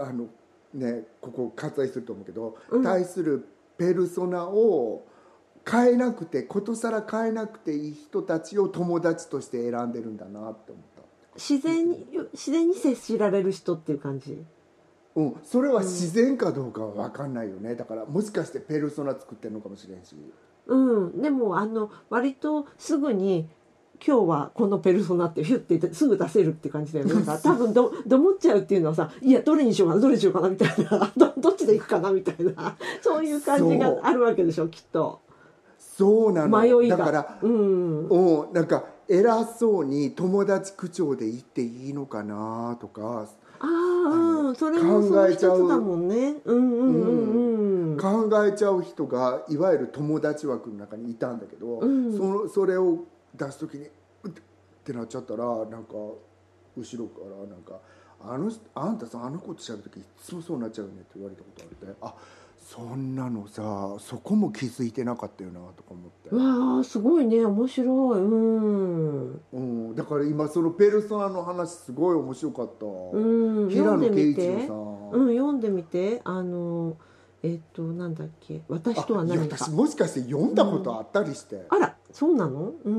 あのね、ここ割愛すると思うけど、うん、対するペルソナを変えなくてことさら変えなくていい人たちを友達として選んでるんだなって思った。 自然に自然に接しられる人っていう感じ、 うん、それは自然かどうかは分かんないよね。だからもしかしてペルソナ作ってるのかもしれんし、 うん、でもあの割とすぐに今日はこのペルソナってヒュッて言ってすぐ出せるって感じだよね。なんか多分どどもっちゃうっていうのはさ、いやどれにしようかなどれにしようかなみたいなど, どっちでいくかなみたいなそういう感じがあるわけでしょきっと。 そうなの。 迷いがだから、 うんうん、なんか偉そうに友達口調で言っていいのかなとか、 ああ、それもその一つだもんね。うんうんうんうん、 考えちゃう人がいわゆる友達枠の中にいたんだけど、うん、そのそれを出す時にうってなっちゃったら、なんか後ろからなんかあのあんたさあの子と喋る時いつもそうなっちゃうねって言われたことあって、あそんなのさそこも気づいてなかったよなとか思って。 わあすごいね、面白い、うん、 うん、だから今そのペルソナの話すごい面白かった、 うん、 平野啓一郎さん、うん、読んでみて。あのえっとなんだっけ、私とは何か。 私もしかして読んだことあったりして、うん、 あらそうなの。うん、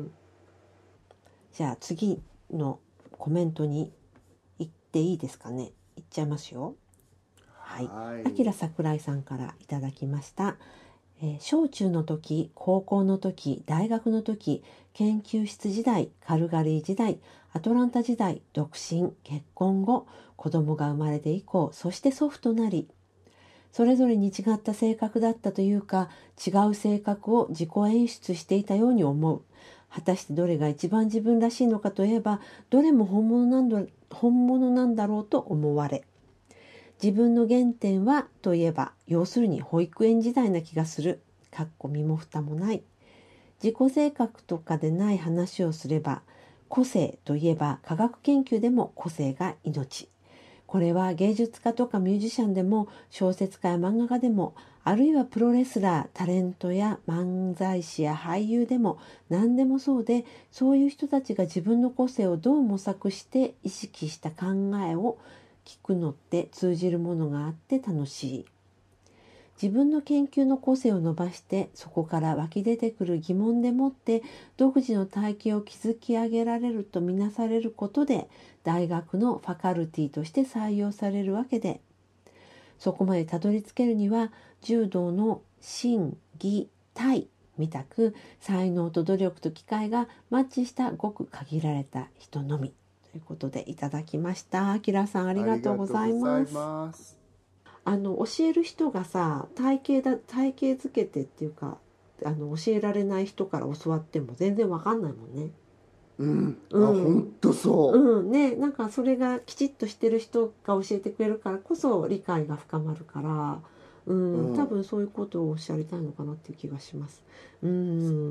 じゃあ次のコメントに行っていいですかね。行っちゃいますよ。はい、あきら桜井さんからいただきました。えー、小中の時、高校の時、大学の時、研究室時代、カルガリー時代、アトランタ時代、独身、結婚後、子供が生まれて以降、そして祖父となり、それぞれに違った性格だったというか、違う性格を自己演出していたように思う。果たしてどれが一番自分らしいのかといえば、どれも本物なんだ、本物なんだろうと思われ、自分の原点はといえば、要するに保育園時代な気がする。かっこ身も蓋もない。自己性格とかでない話をすれば、個性といえば科学研究でも個性が命。これは芸術家とかミュージシャンでも小説家や漫画家でも、あるいはプロレスラー、タレントや漫才師や俳優でも何でもそうで、そういう人たちが自分の個性をどう模索して意識した考えを聞くのって通じるものがあって楽しい。自分の研究の個性を伸ばして、そこから湧き出てくる疑問でもって独自の体系を築き上げられるとみなされることで、大学のファカルティとして採用されるわけで、そこまでたどり着けるには柔道の心技体みたく才能と努力と機会がマッチしたごく限られた人のみということでいただきました。あきらさんありがとうございます。ああの教える人がさ、体型だ体型づけてっていうか、あの教えられない人から教わっても全然わかんないもんね。 うん、うん、あ本当そう。 うんね、なんかそれがきちっとしてる人が教えてくれるからこそ理解が深まるから、うん、うん、多分そういうことをおっしゃりたいのかなっていう気がします。うん、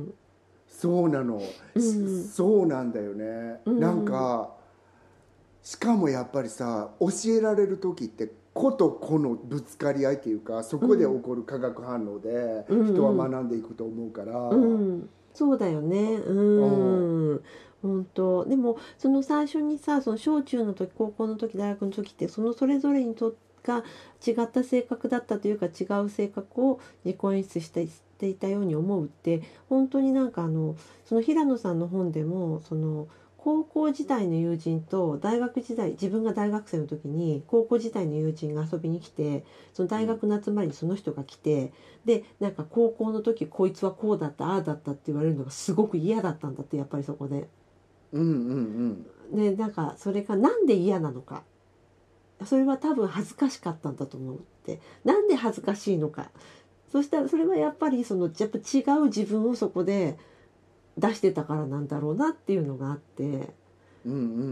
そうなの、うん、そうなんだよね。うん、なんかしかもやっぱりさ、教えられる時って個と個のぶつかり合いっていうか、そこで起こる化学反応で人は学んでいくと思うから、 うんうん、そうだよね。うん、本当。でもその最初にさ、その小中の時、高校の時、大学の時ってそのそれぞれにとってが違った性格だったというか、違う性格を自己演出してしていたように思うって、本当になんかあのその平野さんの本でも、その高校時代の友人と大学時代、自分が大学生の時に高校時代の友人が遊びに来て、その大学の集まりにその人が来て、でなんか高校の時こいつはこうだったああだったって言われるのがすごく嫌だったんだって、やっぱりそこで。 うんうんうん。でなんかそれがなんで嫌なのか、それは多分恥ずかしかったんだと思うって。なんで恥ずかしいのか。そしたらそれはやっぱりそのやっぱ違う自分をそこで出してたからなんだろうなっていうのがあって、 うんうんうん、 、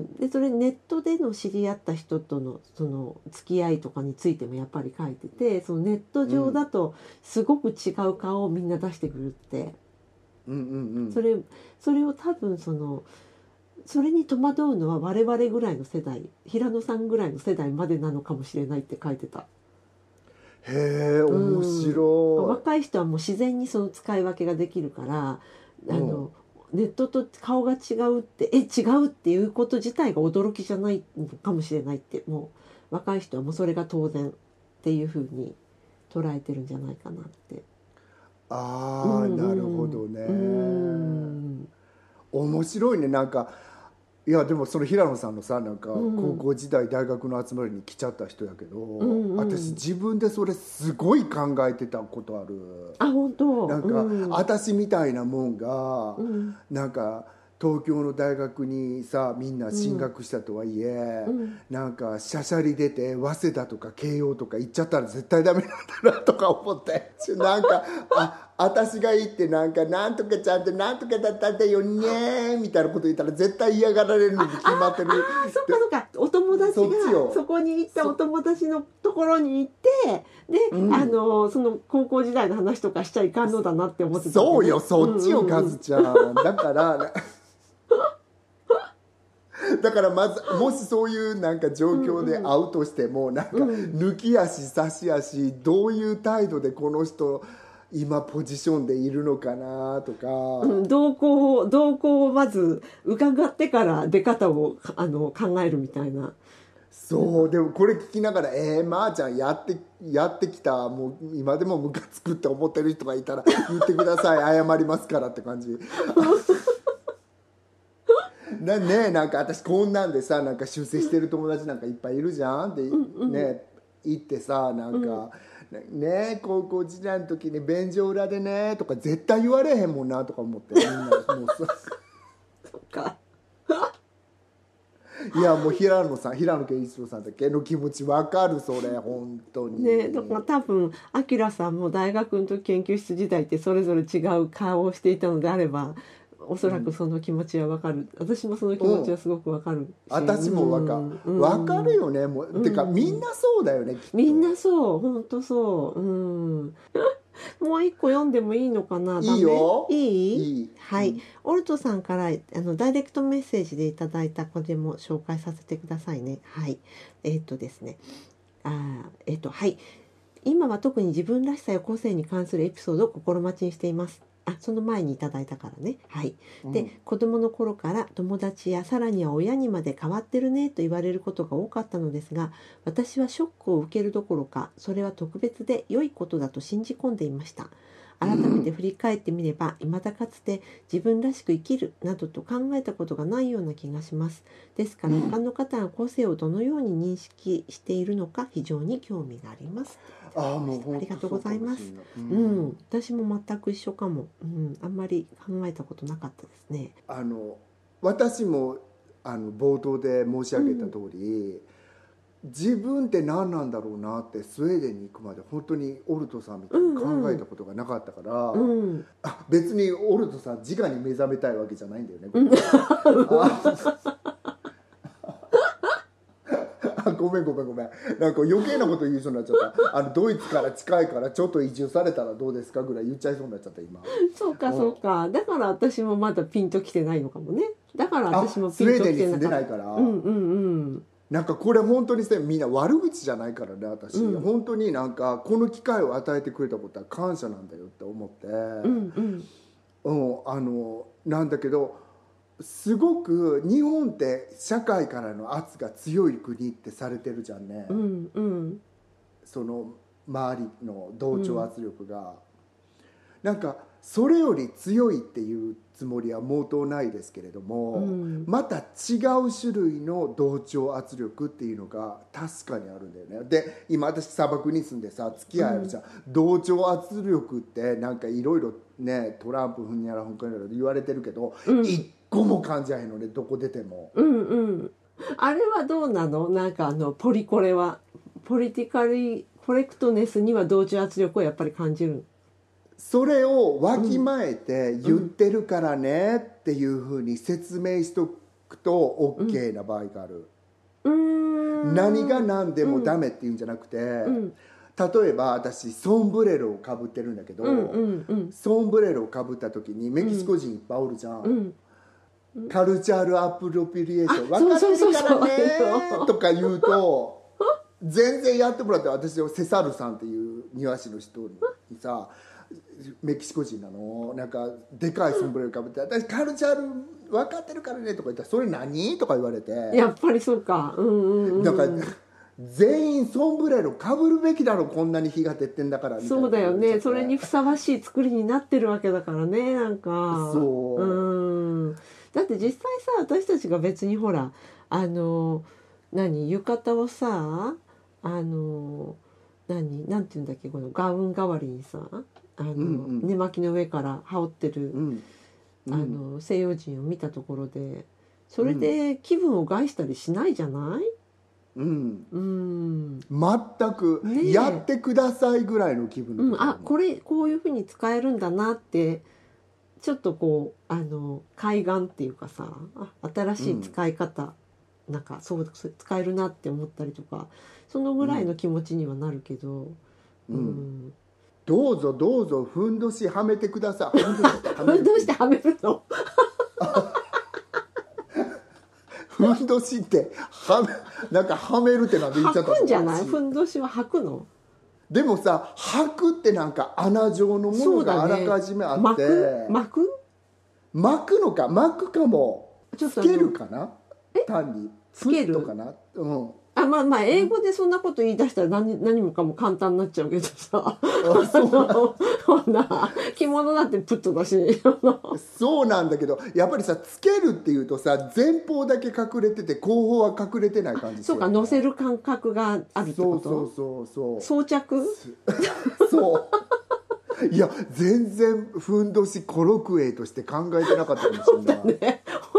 でそれネットでの知り合った人とのその付き合いとかについてもやっぱり書いてて、そのネット上だとすごく違う顔をみんな出してくるって、 うんうんうん、 それそれを多分そのそれに戸惑うのは我々ぐらいの世代、平野さんぐらいの世代までなのかもしれないって書いてた。 へえ面白い、 うん、若い人はもう自然にその使い分けができるから、あのネットと顔が違うってえ違うっていうこと自体が驚きじゃないのかもしれないって、もう若い人はもうそれが当然っていうふうに捉えてるんじゃないかなって。 ああ、うんうん、なるほどね、うん、面白いね。なんかいやでもその平野さんのさ、なんか高校時代大学の集まりに来ちゃった人やけど、うんうん、私自分でそれすごい考えてたことある。 あ本当。 なんか、うん、私みたいなもんが、うん、なんか東京の大学にさみんな進学したとはいえ、うん、なんかしゃしゃり出て早稲田とか慶応とか行っちゃったら絶対ダメなんだなとか思ってなんかあ私が行ってなんかなんとかちゃんってなんとかだったんだよねみたいなこと言ったら絶対嫌がられるに決まってる。 ああそっかそっか、お友達がそこに行ったお友達のところに行ってで、うん、あのその高校時代の話とかしちゃいかんのだなって思ってた、ね、 そうよそっちよカズちゃんだからだからまずもしそういうなんか状況で会うとしても、なんか抜き足差し足どういう態度でこの人今ポジションでいるのかなとか、 うん、動向を動向をまず伺ってから出方をあの考えるみたいな。 そうでもこれ聞きながらえー、まーちゃんやってやってきたもう今でもムカつくって思ってる人がいたら言ってください謝りますからって感じなねえなんか私こんなんでさなんか出世してる友達なんかいっぱいいるじゃんって、うんうん、ね行ってさなんか、うん、ねえ高校時代の時に便所裏でねとか絶対言われへんもんなとか思ってみんなもうさそっかいやもう平野さん平野啓一郎さんだけの気持ち分かるそれ本当にね。だから多分明さんも大学の時研究室時代ってそれぞれ違う顔をしていたのであればおそらくその気持ちは分かる、うん、私もその気持ちはすごく分かるし、うん、 私も分かる、うん、分かるよねもう、うん、てかみんなそうだよねきっとみんなそう本当そう、うん、もう一個読んでもいいのかな。 いいよいい？ いいはい、うん、オルトさんからあのダイレクトメッセージでいただいたこれも紹介させてくださいね。はいえー、っとですねあえー、っとはい今は特に自分らしさや個性に関するエピソードを心待ちにしています。あその前にいただいたからね。はい。で、うん、子供の頃から友達やさらには親にまで変わってるねと言われることが多かったのですが、私はショックを受けるどころかそれは特別で良いことだと信じ込んでいました。改めて振り返ってみれば、未だかつて自分らしく生きるなどと考えたことがないような気がします。ですから他の方が個性をどのように認識しているのか非常に興味があります。 あ, もうありがとうございます。う、うん、私も全く一緒かも、うん、あんまり考えたことなかったですね。 あの私もあの冒頭で申し上げた通り、うん、自分って何なんだろうなってスウェーデンに行くまで本当にオルトさんみたいに考えたことがなかったから、うんうん、あ別にオルトさん直に目覚めたいわけじゃないんだよね、うん、ごめんごめんごめんなんか余計なこと言いそうになっちゃったあのドイツから近いからちょっと移住されたらどうですかぐらい言っちゃいそうになっちゃった今。 そうかそうか、だから私もまだピンときてないのかもね。だから私もピンときてなかった。スウェーデンに住んでないから、うんうんうんなんかこれ本当にみんな悪口じゃないからね私、うん、本当になんかこの機会を与えてくれたことは感謝なんだよって思って、うんうん、うん、あのなんだけどすごく日本って社会からの圧が強い国ってされてるじゃんね、うんうん、その周りの同調圧力が、うん、なんかそれより強いっていうつもりは毛頭ないですけれども、うん、また違う種類の同調圧力っていうのが確かにあるんだよね。で今私砂漠に住んでさ付き合いあるじゃん、うん、同調圧力ってなんかいろいろねトランプふんやらふんかやら言われてるけど、うん、一個も感じゃへんのねどこ出ても、うんうん、 あれはどうなの。なんかあのポリコレはポリティカルコレクトネスには同調圧力をやっぱり感じる。 それをわきまえて言ってるからねっていうふうに説明しとくくと OK な場合がある、 うーん何が何でもダメっていうんじゃなくて、 うん例えば私ソンブレロをかぶってるんだけど、 うんうんうんソンブレロをかぶった時にメキシコ人いっぱいおるじゃん、 うんカルチャールアプロプリエーションあ分かってるそうそうそうからねそうとか言うと全然やってもらって、私セサルさんっていう庭師の人にさ、メキシコ人なの、なんかでかいソンブレロかぶって私カルチャール分かってるからねとか言ったらそれ何とか言われて、 やっぱりそうか、うんうんうん、 なんか全員ソンブレロかぶるべきだろこんなに日が照ってんだからみたいな。 そうだよね、それにふさわしい作りになってるわけだからね、なんかそう、 うんだって実際さ、私たちが別にほらあの何浴衣をさ、あの何なんていうんだっけ、このガウン代わりにさ、あの、 うんうん、 寝巻きの上から羽織ってる、 うんうん、 あの西洋人を見たところでそれで気分を害したりしないじゃない、 うん、 うん、 全く、 ねえやってくださいぐらいの気分のうん、 時もあこれこういうふうに使えるんだなってちょっとこうあの海岸っていうかさ、あ新しい使い方、うん、なんかそう使えるなって思ったりとか、そのぐらいの気持ちにはなるけど、 うんうん、 どうぞどうぞふんどしはめてください。 ふんどしてはめるのふんどしってはめなんかはめるってなんで言っちゃったの。 履くんじゃない？ふんどしは履くの？ でもさ、履くってなんか穴状のものがあらかじめあって、 ね、巻く巻くのか巻くかもちょっとつけるかな、単につけるフットかな、うん、 あまあまあ英語でそんなこと言い出したら何何もかも簡単になっちゃうけどさ、そんな着物だってプッとだしそうなんだけど、やっぱりさつけるっていうとさ前方だけ隠れてて後方は隠れてない感じする。 そうか、乗せる感覚があるってこと。 そうそうそうそう装着そういや全然ふんどしコロクエとして考えてなかったかもしれない。 ね、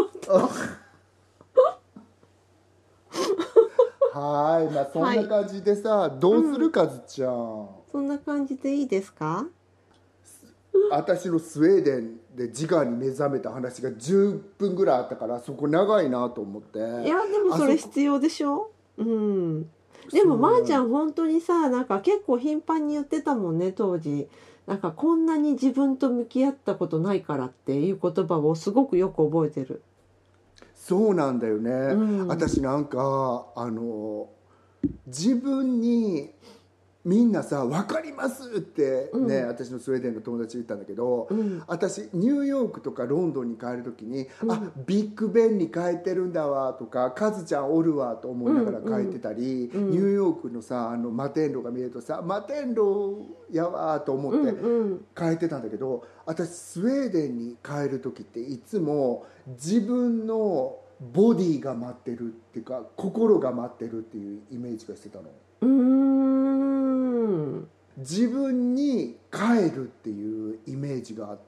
はい、まあそんな感じでさ、はい、どうするかずちゃん、うん、 そんな感じでいいですか。 私のスウェーデンで自我に目覚めた話がじゅっぷんぐらいあったから、そこ長いなと思って。いやでもそれ必要でしょ。うんでもまーちゃん本当にさ、なんか結構頻繁に言ってたもんね当時。なんかこんなに自分と向き合ったことないからっていう言葉をすごくよく覚えてる。 そうなんだよね、うん、私なんかあの自分にみんなさ分かりますってね、うん、私のスウェーデンの友達言ったんだけど、うん、私ニューヨークとかロンドンに帰る時に、うん、あビッグベンに帰ってるんだわとかカズちゃんおるわと思いながら帰ってたり、うんうん、ニューヨークのさあの摩天楼が見えるとさ摩天楼やわと思って帰ってたんだけど、私スウェーデンに帰る時っていつも自分のボディが待ってるっていうか心が待ってるっていうイメージがしてたの。 うーん自分に帰るっていうイメージがあって、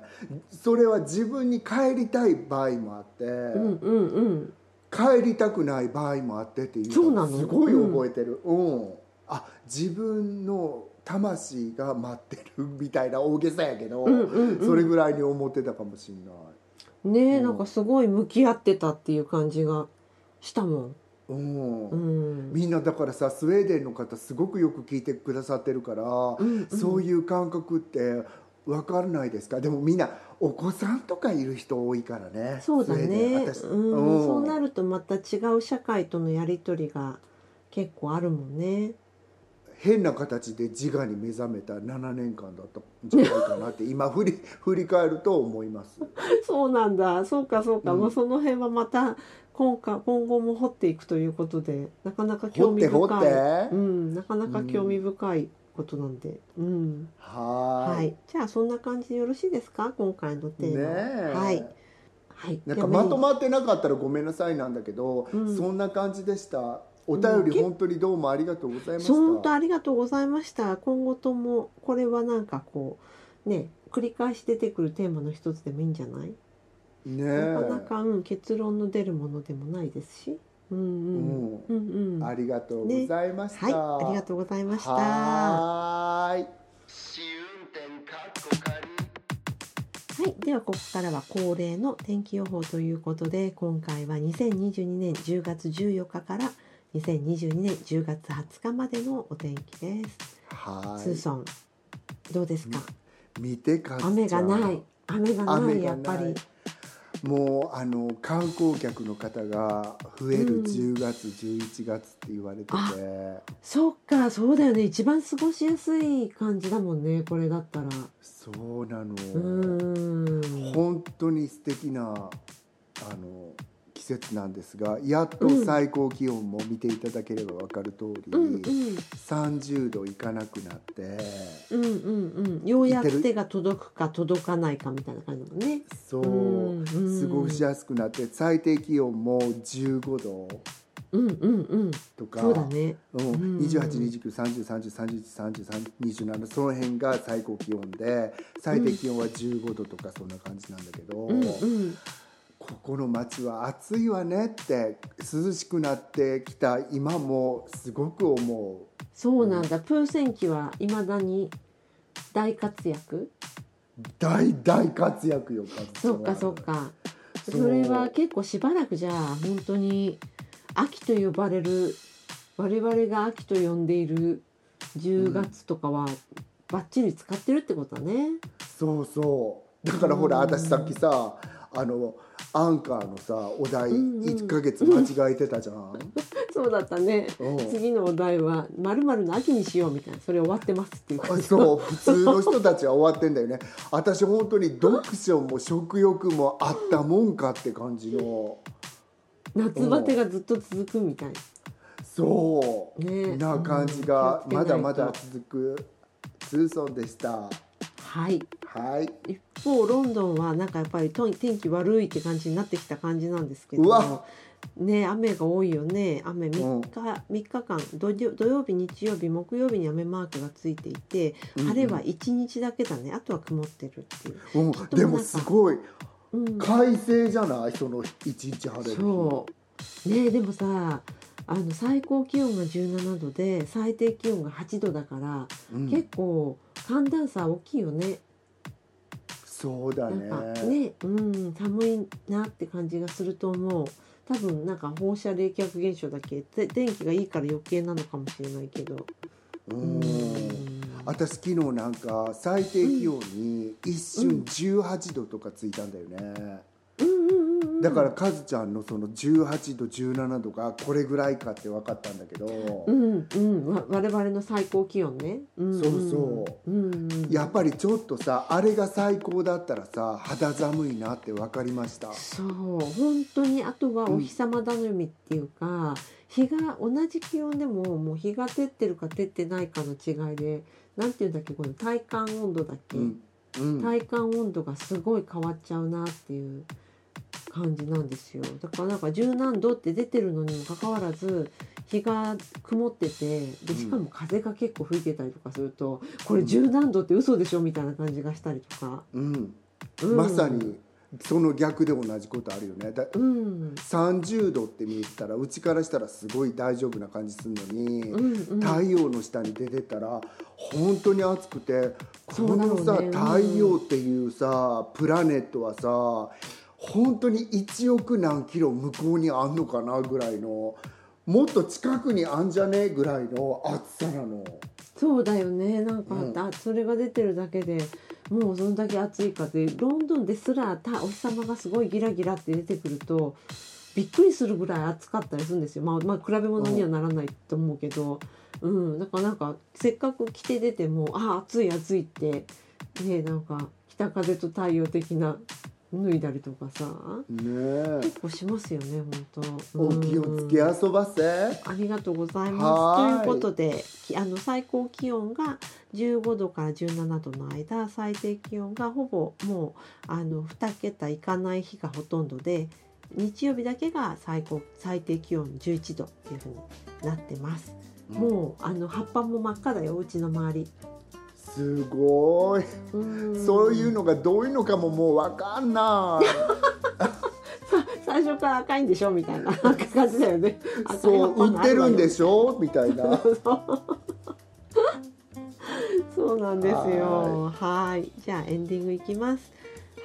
それは自分に帰りたい場合もあって、うんうんうん、帰りたくない場合もあってっていうのをすごい覚えてる、うんうん、あ自分の魂が待ってるみたいな大げさやけど、うんうんうん、それぐらいに思ってたかもしれないねえ、うん、なんかすごい向き合ってたっていう感じがしたもん。 うんうん、みんなだからさスウェーデンの方すごくよく聞いてくださってるから、うんうん、そういう感覚って分からないですか。でもみんなお子さんとかいる人多いからね。 そうだね、うん、そうなるとまた違う社会とのやり取りが結構あるもんね。 変な形で自我に目覚めたななねんかんだったんじゃないかなって今振り振り返ると思います。 そうなんだ、そうかそうか、 うん、 まあ、その辺はまた今回今後も掘っていくということで、なかなか興味深い、 掘って掘って、 うん、なかなか興味深いことなんで、うんうん、 はい、はい、 じゃあそんな感じでよろしいですか、今回のテーマ。 ね、 はいはい、 なんかまとまってなかったらごめんなさいなんだけど、うん、そんな感じでした。お便り本当にどうもありがとうございました。 本当ありがとうございました。今後ともこれはなんかこうね繰り返し出てくるテーマの一つでもいいんじゃない？ ね、 なかなか、うん、結論の出るものでもないですし、うんうんうんうん、 ありがとうございました、 ね、はい、ありがとうございました。 はーい。 はい、 はい、ではここからは恒例の天気予報ということで、今回はにせんにじゅうにねんじゅうがつじゅうよっかからにせんにじゅうにねんじゅうがつはつかまでのお天気です。 はい。 スーソンどうですか？ 見てかっちゃん。 雨がない雨がないやっぱり。 もうあの観光客の方が増えるじゅうがつ、うん、じゅういちがつって言われてて、 そっか、そうだよね。一番過ごしやすい感じだもんね、これだったら。 そうなの。 うん、 本当に素敵なあの季節なんですが、やっと最高気温も見ていただければ分かる通り、うんうん、さんじゅうどいかなくなって、 うんうんうん、ようやく手が届くか届かないかみたいな感じだもんね。 そう、うんうん、過ごしやすくなって、最低気温もじゅうごどうんうんうん、 とか、 そうだね、 うん、にじゅうはち、にじゅうきゅう、さんじゅう、さんじゅう、さんじゅういち、さんじゅうさん、にじゅうなな、その辺が最高気温で、最低気温はじゅうごどとかそんな感じなんだけど、うんうん、ここの街は暑いわねって、涼しくなってきた今もすごく思う。 そうなんだ、うん、プーセンキはいまだに大活躍？ 大大活躍よ。 そっかそっか。それは結構しばらくじゃあ本当に秋と呼ばれる、我々が秋と呼んでいるじゅうがつとかはバッチリ使ってるってことだね、うん、 そうそう。だからほら、私さっきさあのアンカーのさお題いっかげつ間違えてたじゃん、うんうん、 そうだったね、うん、次のお題は〇〇の秋にしようみたいな、それ終わってますっていう感じ。 そう普通の人たちは終わってんだよね。私本当に読書も食欲もあったもんかって感じの夏バテがずっと続くみたいな、 そう、ね、な感じがまだまだ続くスーソンでした。 はい、 はい、 一方ロンドンはなんかやっぱり天気悪いって感じになってきた感じなんですけど、 うわね、雨が多いよね。雨みっか、うん、みっかかん土曜日日曜日木曜日に雨マークがついていて、うんうん、晴れはいちにちだけだね。あとは曇ってるっていう、 うん、でもすごい、うん、快晴じゃない、そのいちにち晴れる日。 そうね。でもさ、あの最高気温がじゅうななどで最低気温がはちどだから、うん、結構寒暖差大きいよね。 そうだね。 なんかね、うん、寒いなって感じがすると思う。多分なんか放射冷却現象だけ天気がいいから余計なのかもしれないけど、 うん、私昨日なんか最低気温に一瞬じゅうはちどとかついたんだよね、うんうんうんうん、だからカズちゃんのそのじゅうはちどじゅうななどがこれぐらいかって分かったんだけど、 うんうん、我々の最高気温ね、うんうん、 そうそう、うんうん、やっぱりちょっとさあれが最高だったらさ肌寒いなって分かりました。 そう本当に。あとはお日様頼みっていうか、うん、日が同じ気温でももう日が照ってるか照ってないかの違いで、なんていうんだっけ、この体感温度だっけ、うんうん、体感温度がすごい変わっちゃうなっていう感じなんですよ。だからなんか十何度って出てるのにもかかわらず日が曇ってて、でしかも風が結構吹いてたりとかすると、これ十何度って嘘でしょみたいな感じがしたりとか、 うんうん、まさにその逆で同じことあるよね。だ、うん、さんじゅうどって見えたらうちからしたらすごい大丈夫な感じするのに、うんうん、太陽の下に出てたら本当に暑くて、このさ、ね、太陽っていうさプラネットはさ本当にいちおく何キロ向こうにあんのかなぐらいの、もっと近くにあんじゃねえぐらいの暑さなの。 そうだよね。なんか、うん、それが出てるだけでもうそんだけ暑いかで、ロンドンですらお日様がすごいギラギラって出てくるとびっくりするぐらい暑かったりするんですよ。まあ、まあ比べ物にはならないと思うけど、うん、うん、だからなんかせっかく着て出てもあ暑い暑いってね、なんか北風と太陽的な脱いだりとかさ、ね、結構しますよね本当。 お気をつけ遊ばせ。 ありがとうございます。ということで、あの最高気温がじゅうごどからじゅうななどの間、最低気温がほぼもうあのに桁いかない日がほとんどで、日曜日だけが最高最低気温じゅういちどっていう風になってます、うん、もうあの葉っぱも真っ赤だよ、うちの周り。 すごい。そういうのがどういうのかももう分かんない最初から赤いんでしょみたいな感じだよね。 そう売ってるんでしょみたいなそうなんですよ。はい、じゃあエンディングいきます。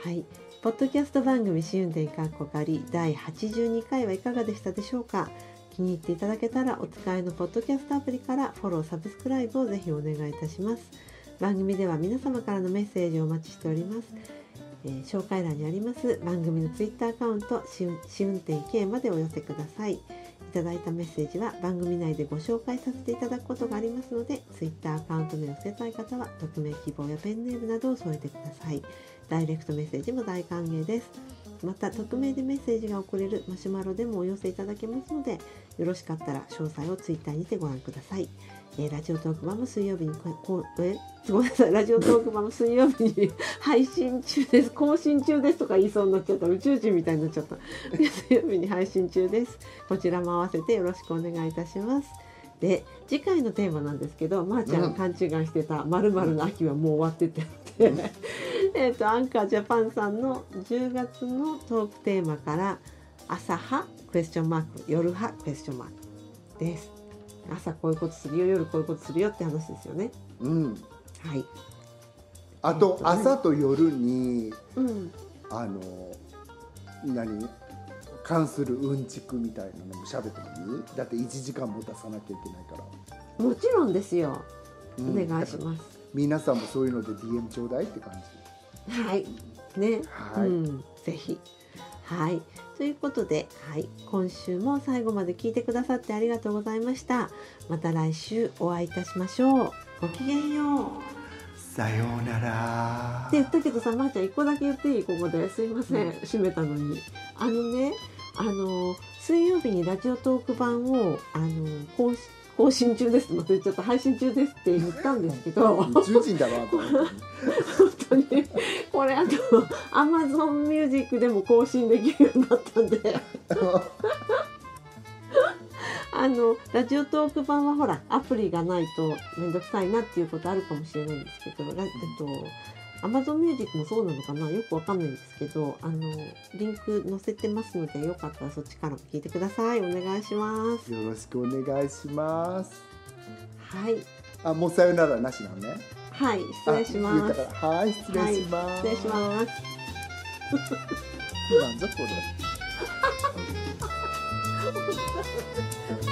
はい、ポッドキャスト番組試運転かっこかりだいはちじゅうにかいはいかがでしたでしょうか。気に入っていただけたらお使いのポッドキャストアプリからフォローサブスクライブをぜひお願いいたします。番組では皆様からのメッセージをお待ちしております。えー、紹介欄にあります番組のツイッターアカウント試運転系までお寄せください。いただいたメッセージは番組内でご紹介させていただくことがありますので、ツイッターアカウントに寄せたい方は匿名希望やペンネームなどを添えてください。ダイレクトメッセージも大歓迎です。また匿名でメッセージが送れるマシュマロでもお寄せいただけますので、よろしかったら詳細をツイッターにてご覧ください。えー、ラジオトーク版も水曜日にこうえごめんなさいラジオトーク版も水曜日に配信中です。更新中ですとか言いそうになっちゃった。宇宙人みたいになっちゃった。水曜日に配信中です。こちらも合わせてよろしくお願いいたします。で、次回のテーマなんですけど、まーちゃんが勘違いしてた〇〇の秋はもう終わってて、うん、えっとアンカージャパンさんのじゅうがつのトークテーマから朝派クエスチョンマーク夜派クエスチョンマークです。朝こういうことするよ、夜こういうことするよって話ですよね。 うん、 はい。 あと、えー、朝と夜に、 うん、 あの何関するうんちくみたいなのも喋ってもいい？だっていちじかんも出さなきゃいけないから。 もちろんですよ、うん、お願いします。 皆さんもそういうので ディーエム ちょうだいって感じ。はいね、 はい、うん、 ぜひ。はい、ということで、はい、今週も最後まで聞いてくださってありがとうございました。また来週お会いいたしましょう。ごきげんよう。 さようならって言ったけどさ、まーちゃん一個だけ言っていい？ここですいません、閉めたのに。あのね、あの水曜日にラジオトーク版をあの更新更新中ですってまた言っちゃった。配信中ですって言ったんですけど宇宙人だなと思って本当にこれあと Amazon Music でも更新できるようになったんであのラジオトーク版はほらアプリがないとめんどくさいなっていうことあるかもしれないんですけど、ラえっとAmazon Music もそうなのかな、よくわかんないんですけど、あのリンク載せてますので、よかったらそっちからも聞いてください。お願いします。 よろしくお願いします。 はい。 あ、もうさよならなしなのね。 はい、失礼します。 はい、失礼します。 はい、失礼します。 なんじゃこれ。